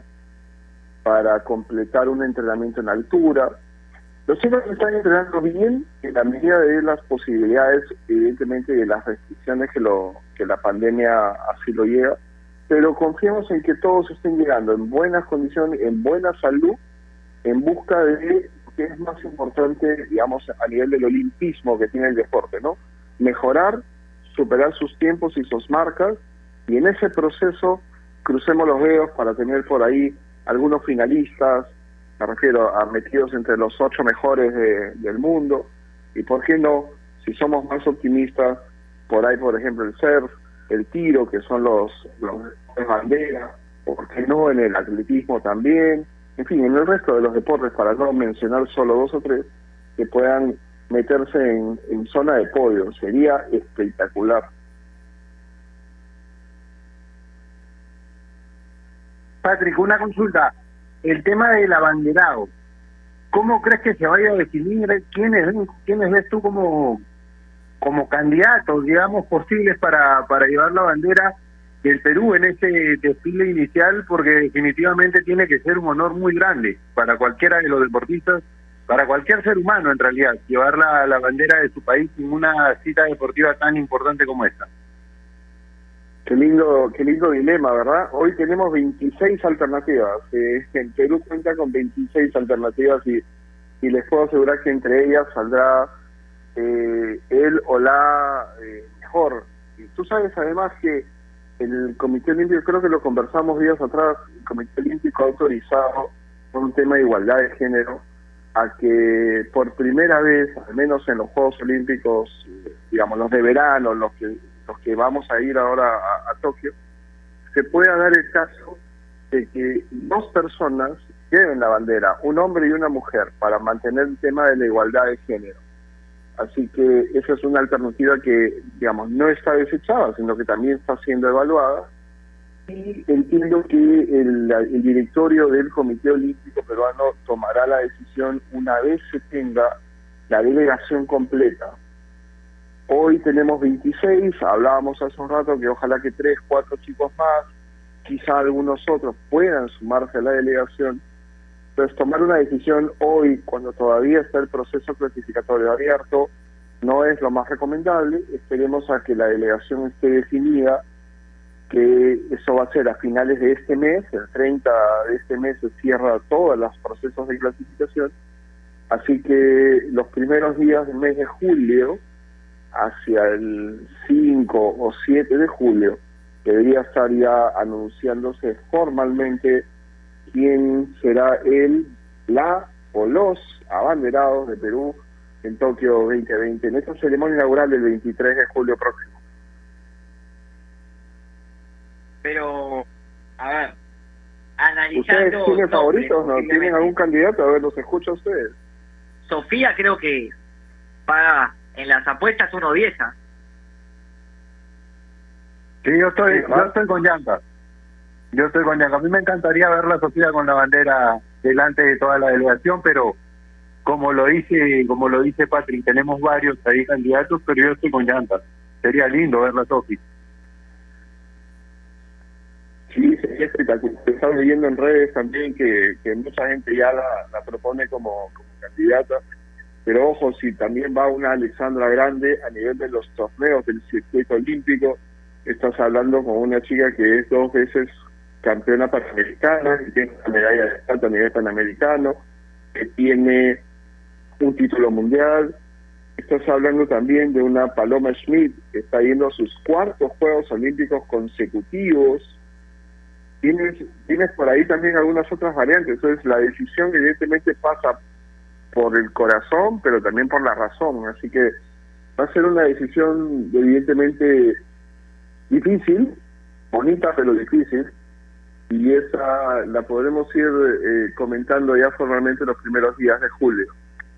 para completar un entrenamiento en altura. Los chicos están entrenando bien en la medida de las posibilidades, evidentemente de las restricciones que la pandemia así lo lleva, pero confiamos en que todos estén llegando en buenas condiciones, en buena salud, en busca de lo que es más importante, digamos, a nivel del olimpismo que tiene el deporte, ¿no? Mejorar, superar sus tiempos y sus marcas, y en ese proceso crucemos los dedos para tener por ahí algunos finalistas, me refiero a metidos entre los 8 mejores del mundo, y por qué no, si somos más optimistas, por ahí por ejemplo el surf, el tiro, que son los bandera, o por qué no en el atletismo también, en fin, en el resto de los deportes, para no mencionar solo 2 o 3, que puedan meterse en zona de podio, sería espectacular. Patrick, una consulta. El tema del abanderado, ¿cómo crees que se vaya a definir? ¿Quiénes ves tú como como candidatos, digamos, posibles para llevar la bandera del Perú en ese desfile inicial, porque definitivamente tiene que ser un honor muy grande para cualquiera de los deportistas, para cualquier ser humano en realidad, llevar la bandera de su país en una cita deportiva tan importante como esta. Qué lindo dilema, ¿verdad? Hoy tenemos 26 alternativas. El Perú cuenta con 26 alternativas y les puedo asegurar que entre ellas saldrá él o la mejor. Y tú sabes además que el Comité Olímpico, creo que lo conversamos días atrás, el Comité Olímpico ha autorizado por un tema de igualdad de género a que por primera vez, al menos en los Juegos Olímpicos, digamos los de verano, los que vamos a ir ahora a Tokio, se pueda dar el caso de que 2 personas lleven la bandera, un hombre y una mujer, para mantener el tema de la igualdad de género. Así que esa es una alternativa que, digamos, no está desechada, sino que también está siendo evaluada. Y entiendo que el directorio del Comité Olímpico Peruano tomará la decisión una vez se tenga la delegación completa. Hoy tenemos 26, hablábamos hace un rato que ojalá que 3, 4 chicos más, quizá algunos otros puedan sumarse a la delegación. Entonces tomar una decisión hoy, cuando todavía está el proceso clasificatorio abierto, no es lo más recomendable. Esperemos a que la delegación esté definida, que eso va a ser a finales de este mes, el 30 de este mes se cierra todos los procesos de clasificación, así que los primeros días del mes de julio, hacia el 5 o 7 de julio, debería estar ya anunciándose formalmente quién será la o los abanderados de Perú en Tokio 2020, en esta ceremonia inaugural del 23 de julio próximo. Pero, a ver, analizando... ¿Ustedes tienen favoritos? ¿No tienen algún candidato? A ver, los escucho a ustedes. Sofía creo que paga en las apuestas 1.10. Sí, yo estoy con Yanka. A mí me encantaría ver la Sofía con la bandera delante de toda la delegación, pero como lo dice Patrick, tenemos varios ahí candidatos, pero yo estoy con Yanka. Sería lindo ver la Sofía. Sí, sería espectacular. Estaba leyendo en redes también que mucha gente ya la propone como candidata, pero ojo, si también va una Alexandra Grande a nivel de los torneos del circuito olímpico, estás hablando con una chica que es 2 veces campeona panamericana, que tiene una medalla de plata a nivel panamericano, que tiene un título mundial. Estás hablando también de una Paloma Schmidt, que está yendo a sus 4º Juegos Olímpicos consecutivos. Tienes por ahí también algunas otras variantes. Entonces la decisión evidentemente pasa por el corazón, pero también por la razón. Así que va a ser una decisión evidentemente difícil, bonita pero difícil, y esa la podremos ir comentando ya formalmente los primeros días de julio.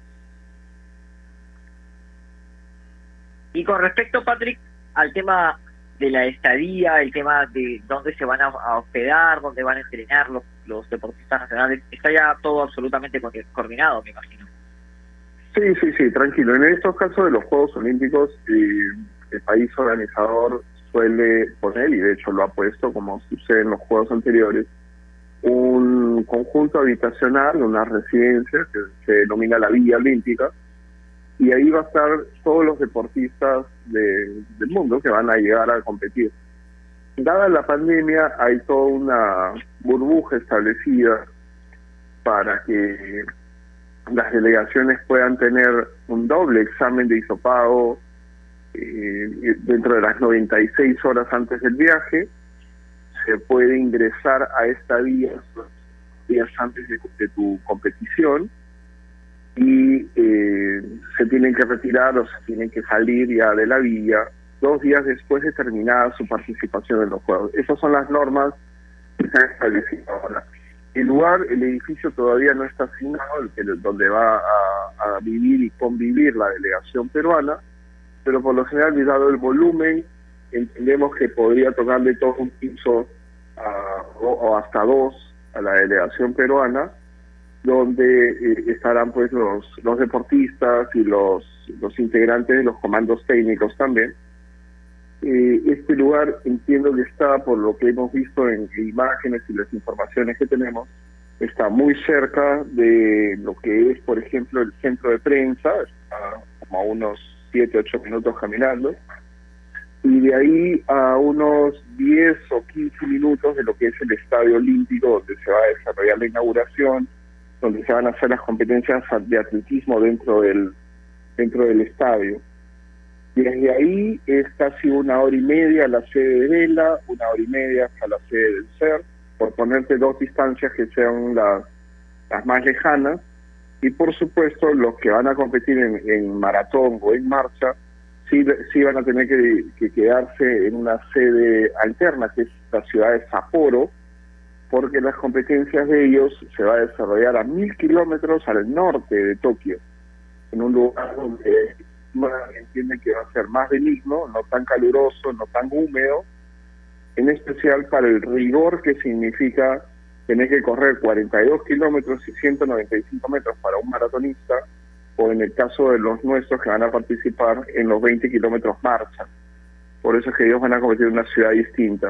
Y con respecto, Patrick, al tema de la estadía, el tema de dónde se van a hospedar, dónde van a entrenar los deportistas nacionales, está ya todo absolutamente coordinado, me imagino. Sí, tranquilo. En estos casos de los Juegos Olímpicos, el país organizador suele poner, y de hecho lo ha puesto, como sucede en los Juegos anteriores, un conjunto habitacional, una residencia que se denomina la Villa Olímpica, y ahí va a estar todos los deportistas del mundo que van a llegar a competir. Dada la pandemia, hay toda una burbuja establecida para que las delegaciones puedan tener un doble examen de hisopado dentro de las 96 horas antes del viaje. Se puede ingresar a esta vía días antes de tu competición, y se tienen que retirar o se tienen que salir ya de la villa 2 días después de terminada su participación en los Juegos. Esas son las normas que se han establecido ahora. El lugar, el edificio todavía no está asignado, donde va a vivir y convivir la delegación peruana, pero por lo general, dado el volumen, entendemos que podría tocarle todo un piso o hasta 2 a la delegación peruana, donde estarán pues los deportistas y los los integrantes de los comandos técnicos también. Este lugar entiendo que está, por lo que hemos visto en imágenes y las informaciones que tenemos, está muy cerca de lo que es, por ejemplo, el centro de prensa, está como a unos 7-8 minutos caminando, y de ahí a unos 10 o 15 minutos de lo que es el Estadio Olímpico, donde se va a desarrollar la inauguración, donde se van a hacer las competencias de atletismo dentro del estadio. Desde ahí es casi 1 hora y media a la sede de Vela, 1 hora y media hasta la sede del CER, por ponerte 2 distancias que sean las más lejanas. Y por supuesto los que van a competir en maratón o en marcha sí van a tener que quedarse en una sede alterna, que es la ciudad de Sapporo, porque las competencias de ellos se va a desarrollar a 1000 kilómetros al norte de Tokio, en un lugar donde entienden que va a ser más benigno, no tan caluroso, no tan húmedo, en especial para el rigor que significa tener que correr 42 kilómetros y 195 metros para un maratonista, o en el caso de los nuestros que van a participar en los 20 kilómetros marcha. Por eso es que ellos van a competir en una ciudad distinta.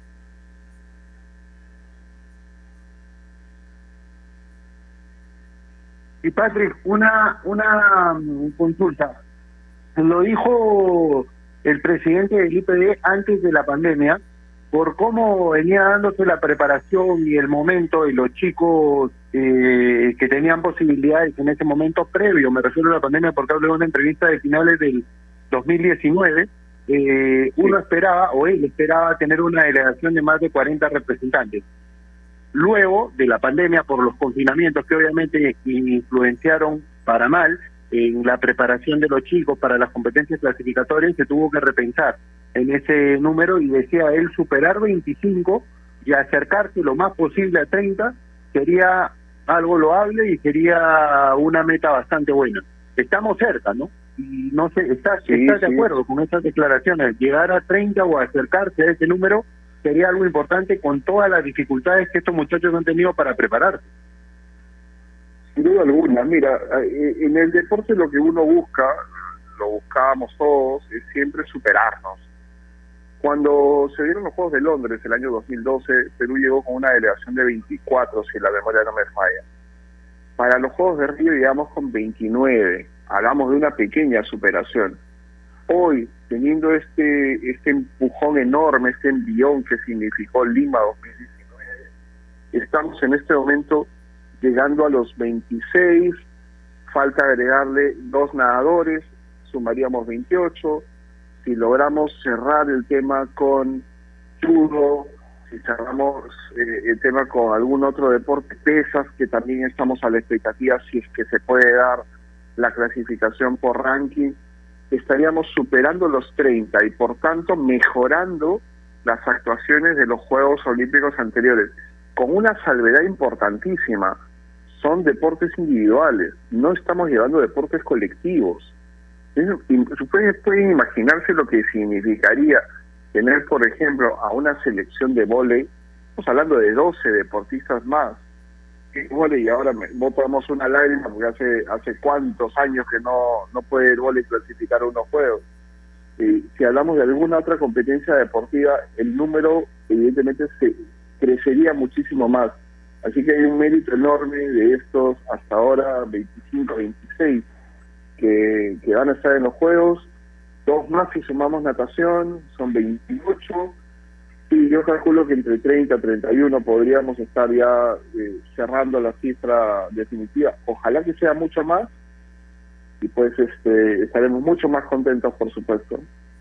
Y Patrick, una consulta. Lo dijo el presidente del IPD antes de la pandemia, por cómo venía dándose la preparación y el momento de los chicos que tenían posibilidades en ese momento previo, me refiero a la pandemia porque hablé de una entrevista de finales del 2019, uno esperaba, o él esperaba, tener una delegación de más de 40 representantes. Luego de la pandemia, por los confinamientos que obviamente influenciaron para mal en la preparación de los chicos para las competencias clasificatorias, se tuvo que repensar en ese número y decía él superar 25 y acercarse lo más posible a 30 sería algo loable y sería una meta bastante buena. Estamos cerca, ¿no? Y no sé, ¿estás de acuerdo con esas declaraciones? Llegar a 30 o acercarse a ese número sería algo importante con todas las dificultades que estos muchachos han tenido para prepararse. Sin duda alguna. Mira, en el deporte lo que uno busca, lo buscábamos todos, es siempre superarnos. Cuando se dieron los Juegos de Londres el año 2012, Perú llegó con una delegación de 24, si la memoria no me falla. Para los Juegos de Río llegamos con 29. Hablamos de una pequeña superación. Hoy, teniendo este empujón enorme, este envión que significó Lima 2019, estamos en este momento llegando a los 26, falta agregarle 2 nadadores, sumaríamos 28. Si logramos cerrar el tema con judo, si cerramos el tema con algún otro deporte, pesas, que también estamos a la expectativa si es que se puede dar la clasificación por ranking, estaríamos superando los 30 y por tanto mejorando las actuaciones de los Juegos Olímpicos anteriores, con una salvedad importantísima: son deportes individuales, no estamos llevando deportes colectivos. Ustedes pueden imaginarse lo que significaría tener, por ejemplo, a una selección de vóley, estamos hablando de 12 deportistas más, y ahora botamos una lágrima porque hace cuántos años que no puede el vóley clasificar a unos juegos. Si hablamos de alguna otra competencia deportiva, el número evidentemente se crecería muchísimo más. Así que hay un mérito enorme de estos hasta ahora 25, 26 que van a estar en los Juegos. 2 más si sumamos natación, son 28, y yo calculo que entre 30 y 31 podríamos estar ya cerrando la cifra definitiva. Ojalá que sea mucho más, y pues estaremos mucho más contentos, por supuesto.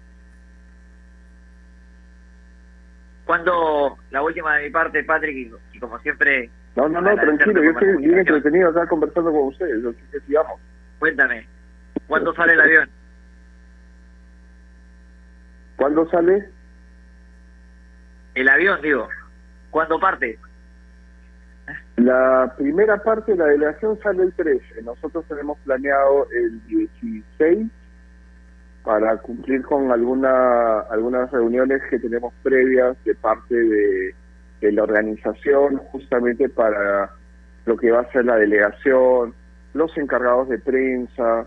Cuando la última de mi parte, Patrick, y como siempre... No, tranquilo, yo estoy bien entretenido acá conversando con ustedes, así que sigamos. Cuéntame, ¿cuándo sale el avión? ¿Cuándo sale? El avión, digo. ¿Cuándo parte? La primera parte de la delegación sale el 13. Nosotros tenemos planeado el 16 para cumplir con algunas reuniones que tenemos previas de parte de la organización, justamente para lo que va a ser la delegación, los encargados de prensa,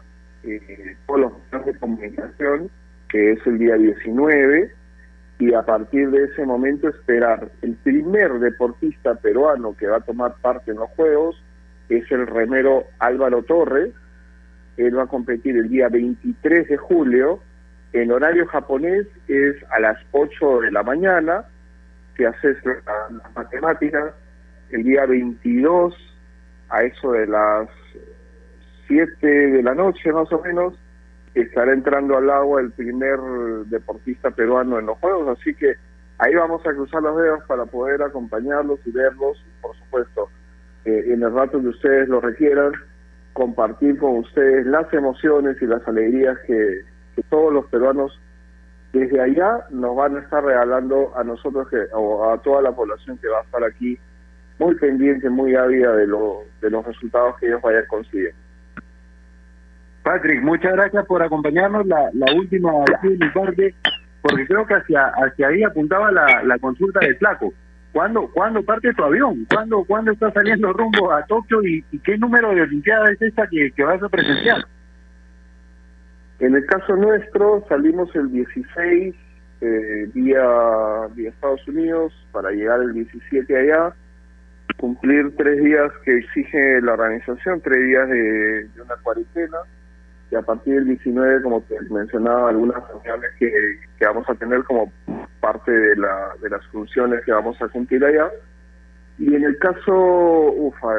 todos los medios de comunicación, que es el día 19, y a partir de ese momento esperar. El primer deportista peruano que va a tomar parte en los Juegos es el remero Álvaro Torres. Él va a competir el día 23 de julio, en horario japonés es a las 8 de la mañana, que haces las matemáticas. El día 22, a eso de las 7 de la noche más o menos, estará entrando al agua el primer deportista peruano en los Juegos, así que ahí vamos a cruzar los dedos para poder acompañarlos y verlos, y por supuesto, en el rato que ustedes lo requieran, compartir con ustedes las emociones y las alegrías que todos los peruanos desde allá nos van a estar regalando a nosotros o a toda la población que va a estar aquí muy pendiente, muy ávida de los resultados que ellos vayan consiguiendo. Patrick, muchas gracias por acompañarnos. La última aquí de mi parte, porque creo que hacia ahí apuntaba la consulta de Flaco. ¿Cuándo parte tu avión? ¿Cuándo estás saliendo rumbo a Tokio y qué número de Olimpiada es esta que vas a presenciar? En el caso nuestro salimos el 16 vía Estados Unidos para llegar el 17 allá, cumplir 3 días que exige la organización, 3 días de una cuarentena, y a partir del 19, como te mencionaba, algunas reuniones que vamos a tener como parte de las funciones que vamos a cumplir allá. Y en el caso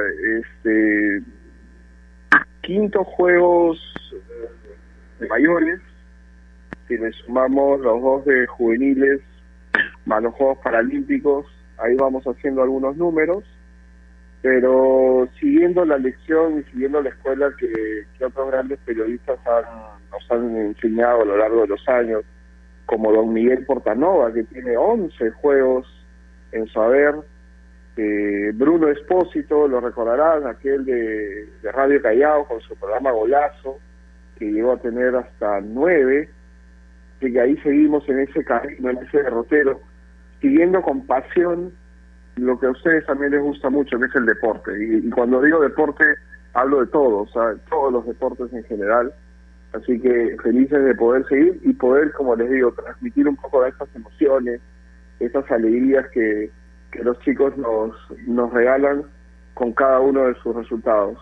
quinto Juegos de mayores, si le sumamos los 2 de juveniles más los Juegos Paralímpicos, ahí vamos haciendo algunos números, pero siguiendo la lección y siguiendo la escuela que otros grandes periodistas nos han enseñado a lo largo de los años, como don Miguel Portanova, que tiene 11 juegos en su haber, Bruno Espósito, lo recordarán, aquel de Radio Callao con su programa Golazo, que llegó a tener hasta 9, y que ahí seguimos en ese camino, en ese derrotero, siguiendo con pasión lo que a ustedes también les gusta mucho, que es el deporte. Y cuando digo deporte, hablo de todo, o sea, todos los deportes en general. Así que felices de poder seguir y poder, como les digo, transmitir un poco de estas emociones, esas alegrías que los chicos nos regalan con cada uno de sus resultados.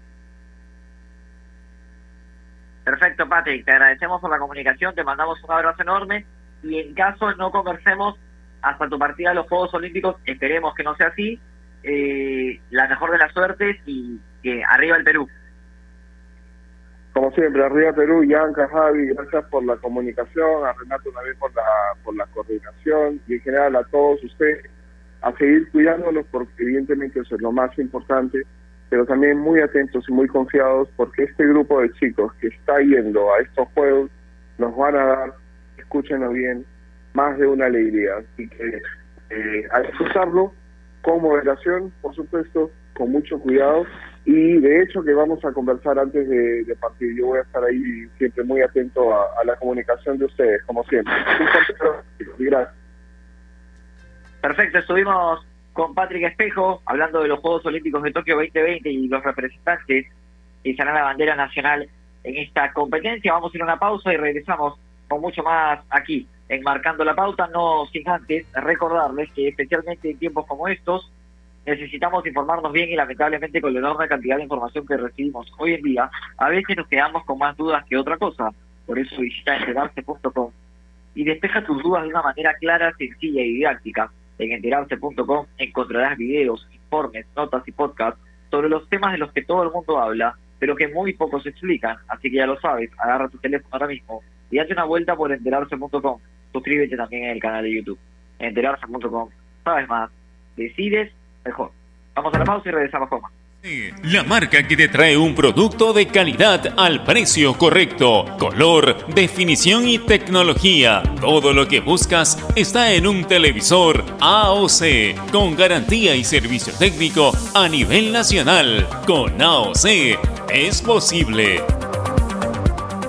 Perfecto, Patrick, te agradecemos por la comunicación, te mandamos un abrazo enorme, y en caso no conversemos hasta tu partida a los Juegos Olímpicos, esperemos que no sea así, la mejor de las suertes y que arriba el Perú. Como siempre, arriba Perú. Yanka, Javi, gracias por la comunicación, a Renato también por la coordinación, y en general a todos ustedes, a seguir cuidándolos, porque evidentemente eso es lo más importante, pero también muy atentos y muy confiados, porque este grupo de chicos que está yendo a estos Juegos nos van a dar, escúchenlo bien, más de una alegría. Así que a disfrutarlo con moderación, por supuesto, con mucho cuidado, y de hecho que vamos a conversar antes de partir. Yo voy a estar ahí siempre muy atento a la comunicación de ustedes, como siempre. Un fuerte abrazo, y gracias. Perfecto, estuvimos con Patrick Espejo hablando de los Juegos Olímpicos de Tokio 2020 y los representantes que izarán la bandera nacional en esta competencia. Vamos a ir a una pausa y regresamos con mucho más aquí en Marcando la Pauta, no sin antes recordarles que especialmente en tiempos como estos necesitamos informarnos bien, y lamentablemente con la enorme cantidad de información que recibimos hoy en día, a veces nos quedamos con más dudas que otra cosa. Por eso visita enterarse.com y despeja tus dudas de una manera clara, sencilla y didáctica. En enterarse.com encontrarás videos, informes, notas y podcasts sobre los temas de los que todo el mundo habla, pero que muy pocos explican. Así que ya lo sabes, agarra tu teléfono ahora mismo y date una vuelta por enterarse.com. Suscríbete también en el canal de YouTube. Enterarse.com. Sabes más, decides mejor. Vamos a la pausa y regresamos con más. La marca que te trae un producto de calidad al precio correcto, color, definición y tecnología. Todo lo que buscas está en un televisor AOC, con garantía y servicio técnico a nivel nacional. Con AOC es posible.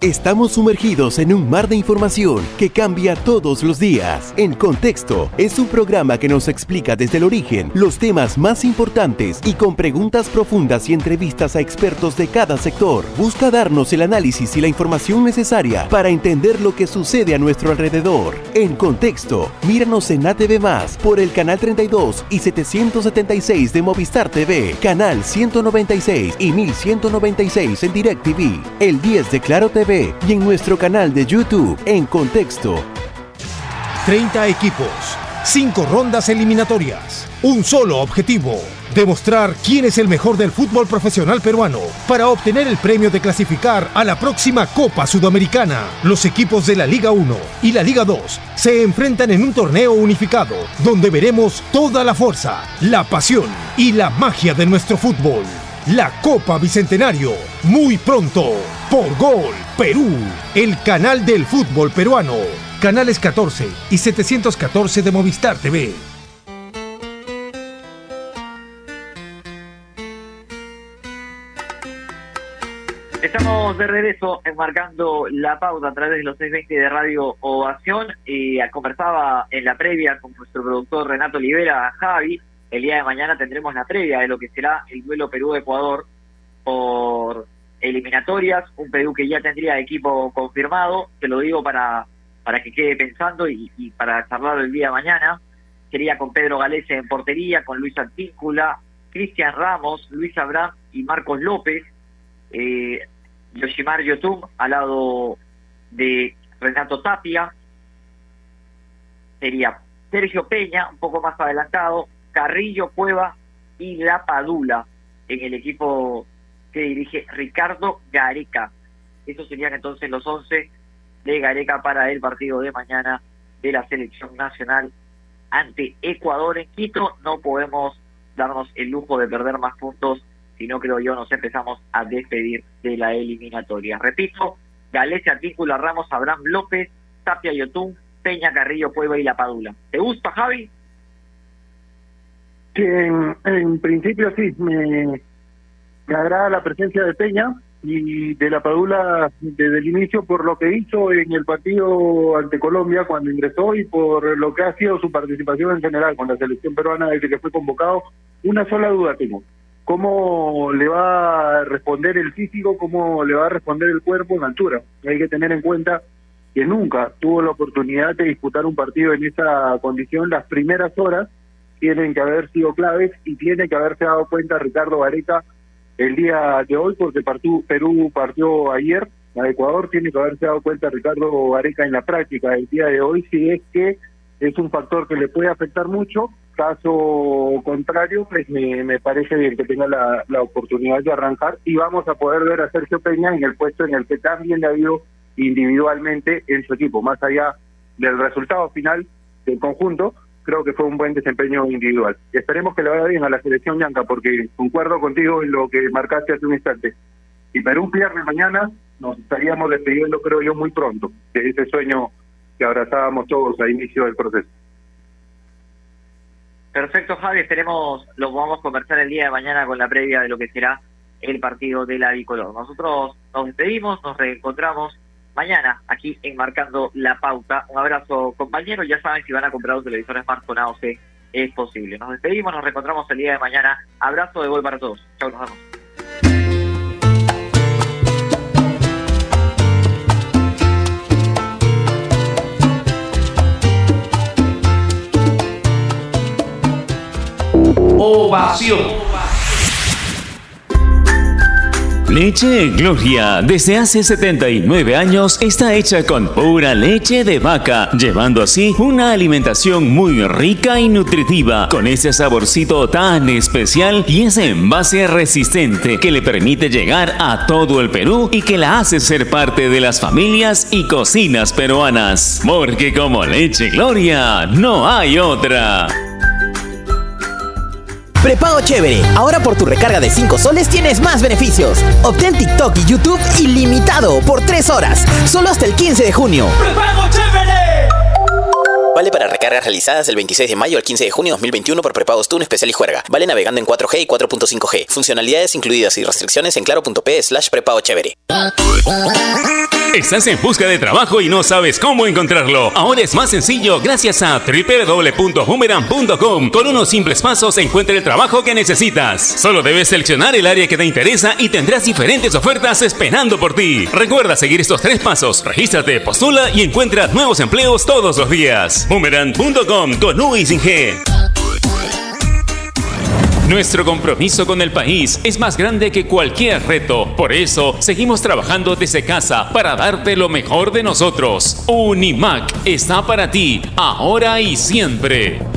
Estamos sumergidos en un mar de información que cambia todos los días. En Contexto es un programa que nos explica desde el origen los temas más importantes y con preguntas profundas y entrevistas a expertos de cada sector. Busca darnos el análisis y la información necesaria para entender lo que sucede a nuestro alrededor. En Contexto, míranos en ATV+, por el canal 32 y 776 de Movistar TV, canal 196 y 1196 en DirecTV, el 10 de Claro TV y en nuestro canal de YouTube, En Contexto. 30 equipos, 5 rondas eliminatorias, un solo objetivo: demostrar quién es el mejor del fútbol profesional peruano para obtener el premio de clasificar a la próxima Copa Sudamericana. Los equipos de la Liga 1 y la Liga 2 se enfrentan en un torneo unificado donde veremos toda la fuerza, la pasión y la magia de nuestro fútbol. La Copa Bicentenario, muy pronto, por Gol Perú, el canal del fútbol peruano. Canales 14 y 714 de Movistar TV. Estamos de regreso enmarcando la pauta a través de los 620 de Radio Ovación. Conversaba en la previa con nuestro productor Renato Olivera, Javi. El día de mañana tendremos la previa de lo que será el duelo Perú-Ecuador por eliminatorias. Un Perú que ya tendría equipo confirmado, te lo digo para que quede pensando y para charlarlo el día de mañana. Sería con Pedro Galese en portería, con Luis Advíncula, Cristian Ramos, Luis Abraham y Marcos López. Yoshimar Yotun al lado de Renato Tapia. Sería Sergio Peña, un poco más adelantado, Carrillo, Cueva y La Padula en el equipo que dirige Ricardo Gareca. Esos serían entonces los 11 de Gareca para el partido de mañana de la selección nacional ante Ecuador en Quito. No podemos darnos el lujo de perder más puntos, si no, creo yo, nos empezamos a despedir de la eliminatoria. Repito, Galese, Advíncula, Ramos, Abraham, López, Tapia, Yotun, Peña, Carrillo, Cueva y La Padula. ¿Te gusta, Javi? Que en principio sí, me agrada la presencia de Peña y de La Padula desde el inicio por lo que hizo en el partido ante Colombia cuando ingresó y por lo que ha sido su participación en general con la selección peruana desde que fue convocado. Una sola duda tengo: ¿cómo le va a responder el físico, cómo le va a responder el cuerpo en altura? Hay que tener en cuenta que nunca tuvo la oportunidad de disputar un partido en esa condición. Las primeras horas tienen que haber sido claves y tiene que haberse dado cuenta Ricardo Gareca el día de hoy, porque Perú partió ayer a Ecuador. Tiene que haberse dado cuenta Ricardo Gareca en la práctica el día de hoy, si es que es un factor que le puede afectar mucho. Caso contrario, pues me parece bien que tenga la oportunidad de arrancar y vamos a poder ver a Sergio Peña en el puesto en el que también le ha ido individualmente en su equipo, más allá del resultado final del conjunto. Creo que fue un buen desempeño individual. Esperemos que le vaya bien a la selección yanca, porque concuerdo contigo en lo que marcaste hace un instante. Si Perú pierde mañana, nos estaríamos despidiendo, creo yo, muy pronto de ese sueño que abrazábamos todos a inicio del proceso. Perfecto, Javi. Esperemos lo podamos conversar el día de mañana con la previa de lo que será el partido de la bicolor. Nosotros nos despedimos, nos reencontramos mañana aquí en Marcando la Pauta. Un abrazo, compañeros. Ya saben, si van a comprar un televisor Smart con AOC, es posible. Nos despedimos, nos reencontramos el día de mañana. Abrazo de gol para todos. Chau, nos vemos. Ovación. Leche Gloria, desde hace 79 años, está hecha con pura leche de vaca, llevando así una alimentación muy rica y nutritiva, con ese saborcito tan especial y ese envase resistente que le permite llegar a todo el Perú y que la hace ser parte de las familias y cocinas peruanas. Porque como Leche Gloria, no hay otra. Prepago Chévere. Ahora por tu recarga de 5 soles tienes más beneficios. Obtén TikTok y YouTube ilimitado por 3 horas. Solo hasta el 15 de junio. ¡Prepago Chévere! Vale para recargas realizadas del 26 de mayo al 15 de junio de 2021 por prepagos TUN Especial y Juerga. Vale navegando en 4G y 4.5G. Funcionalidades incluidas y restricciones en claro.p/prepago Chévere. ¿Estás en busca de trabajo y no sabes cómo encontrarlo? Ahora es más sencillo gracias a www.boomerang.com. Con unos simples pasos encuentra el trabajo que necesitas. Solo debes seleccionar el área que te interesa y tendrás diferentes ofertas esperando por ti. Recuerda seguir estos 3 pasos. Regístrate, postula y encuentra nuevos empleos todos los días. Boomerang.com con U y sin G. Nuestro compromiso con el país es más grande que cualquier reto. Por eso, seguimos trabajando desde casa para darte lo mejor de nosotros. Unimac está para ti, ahora y siempre.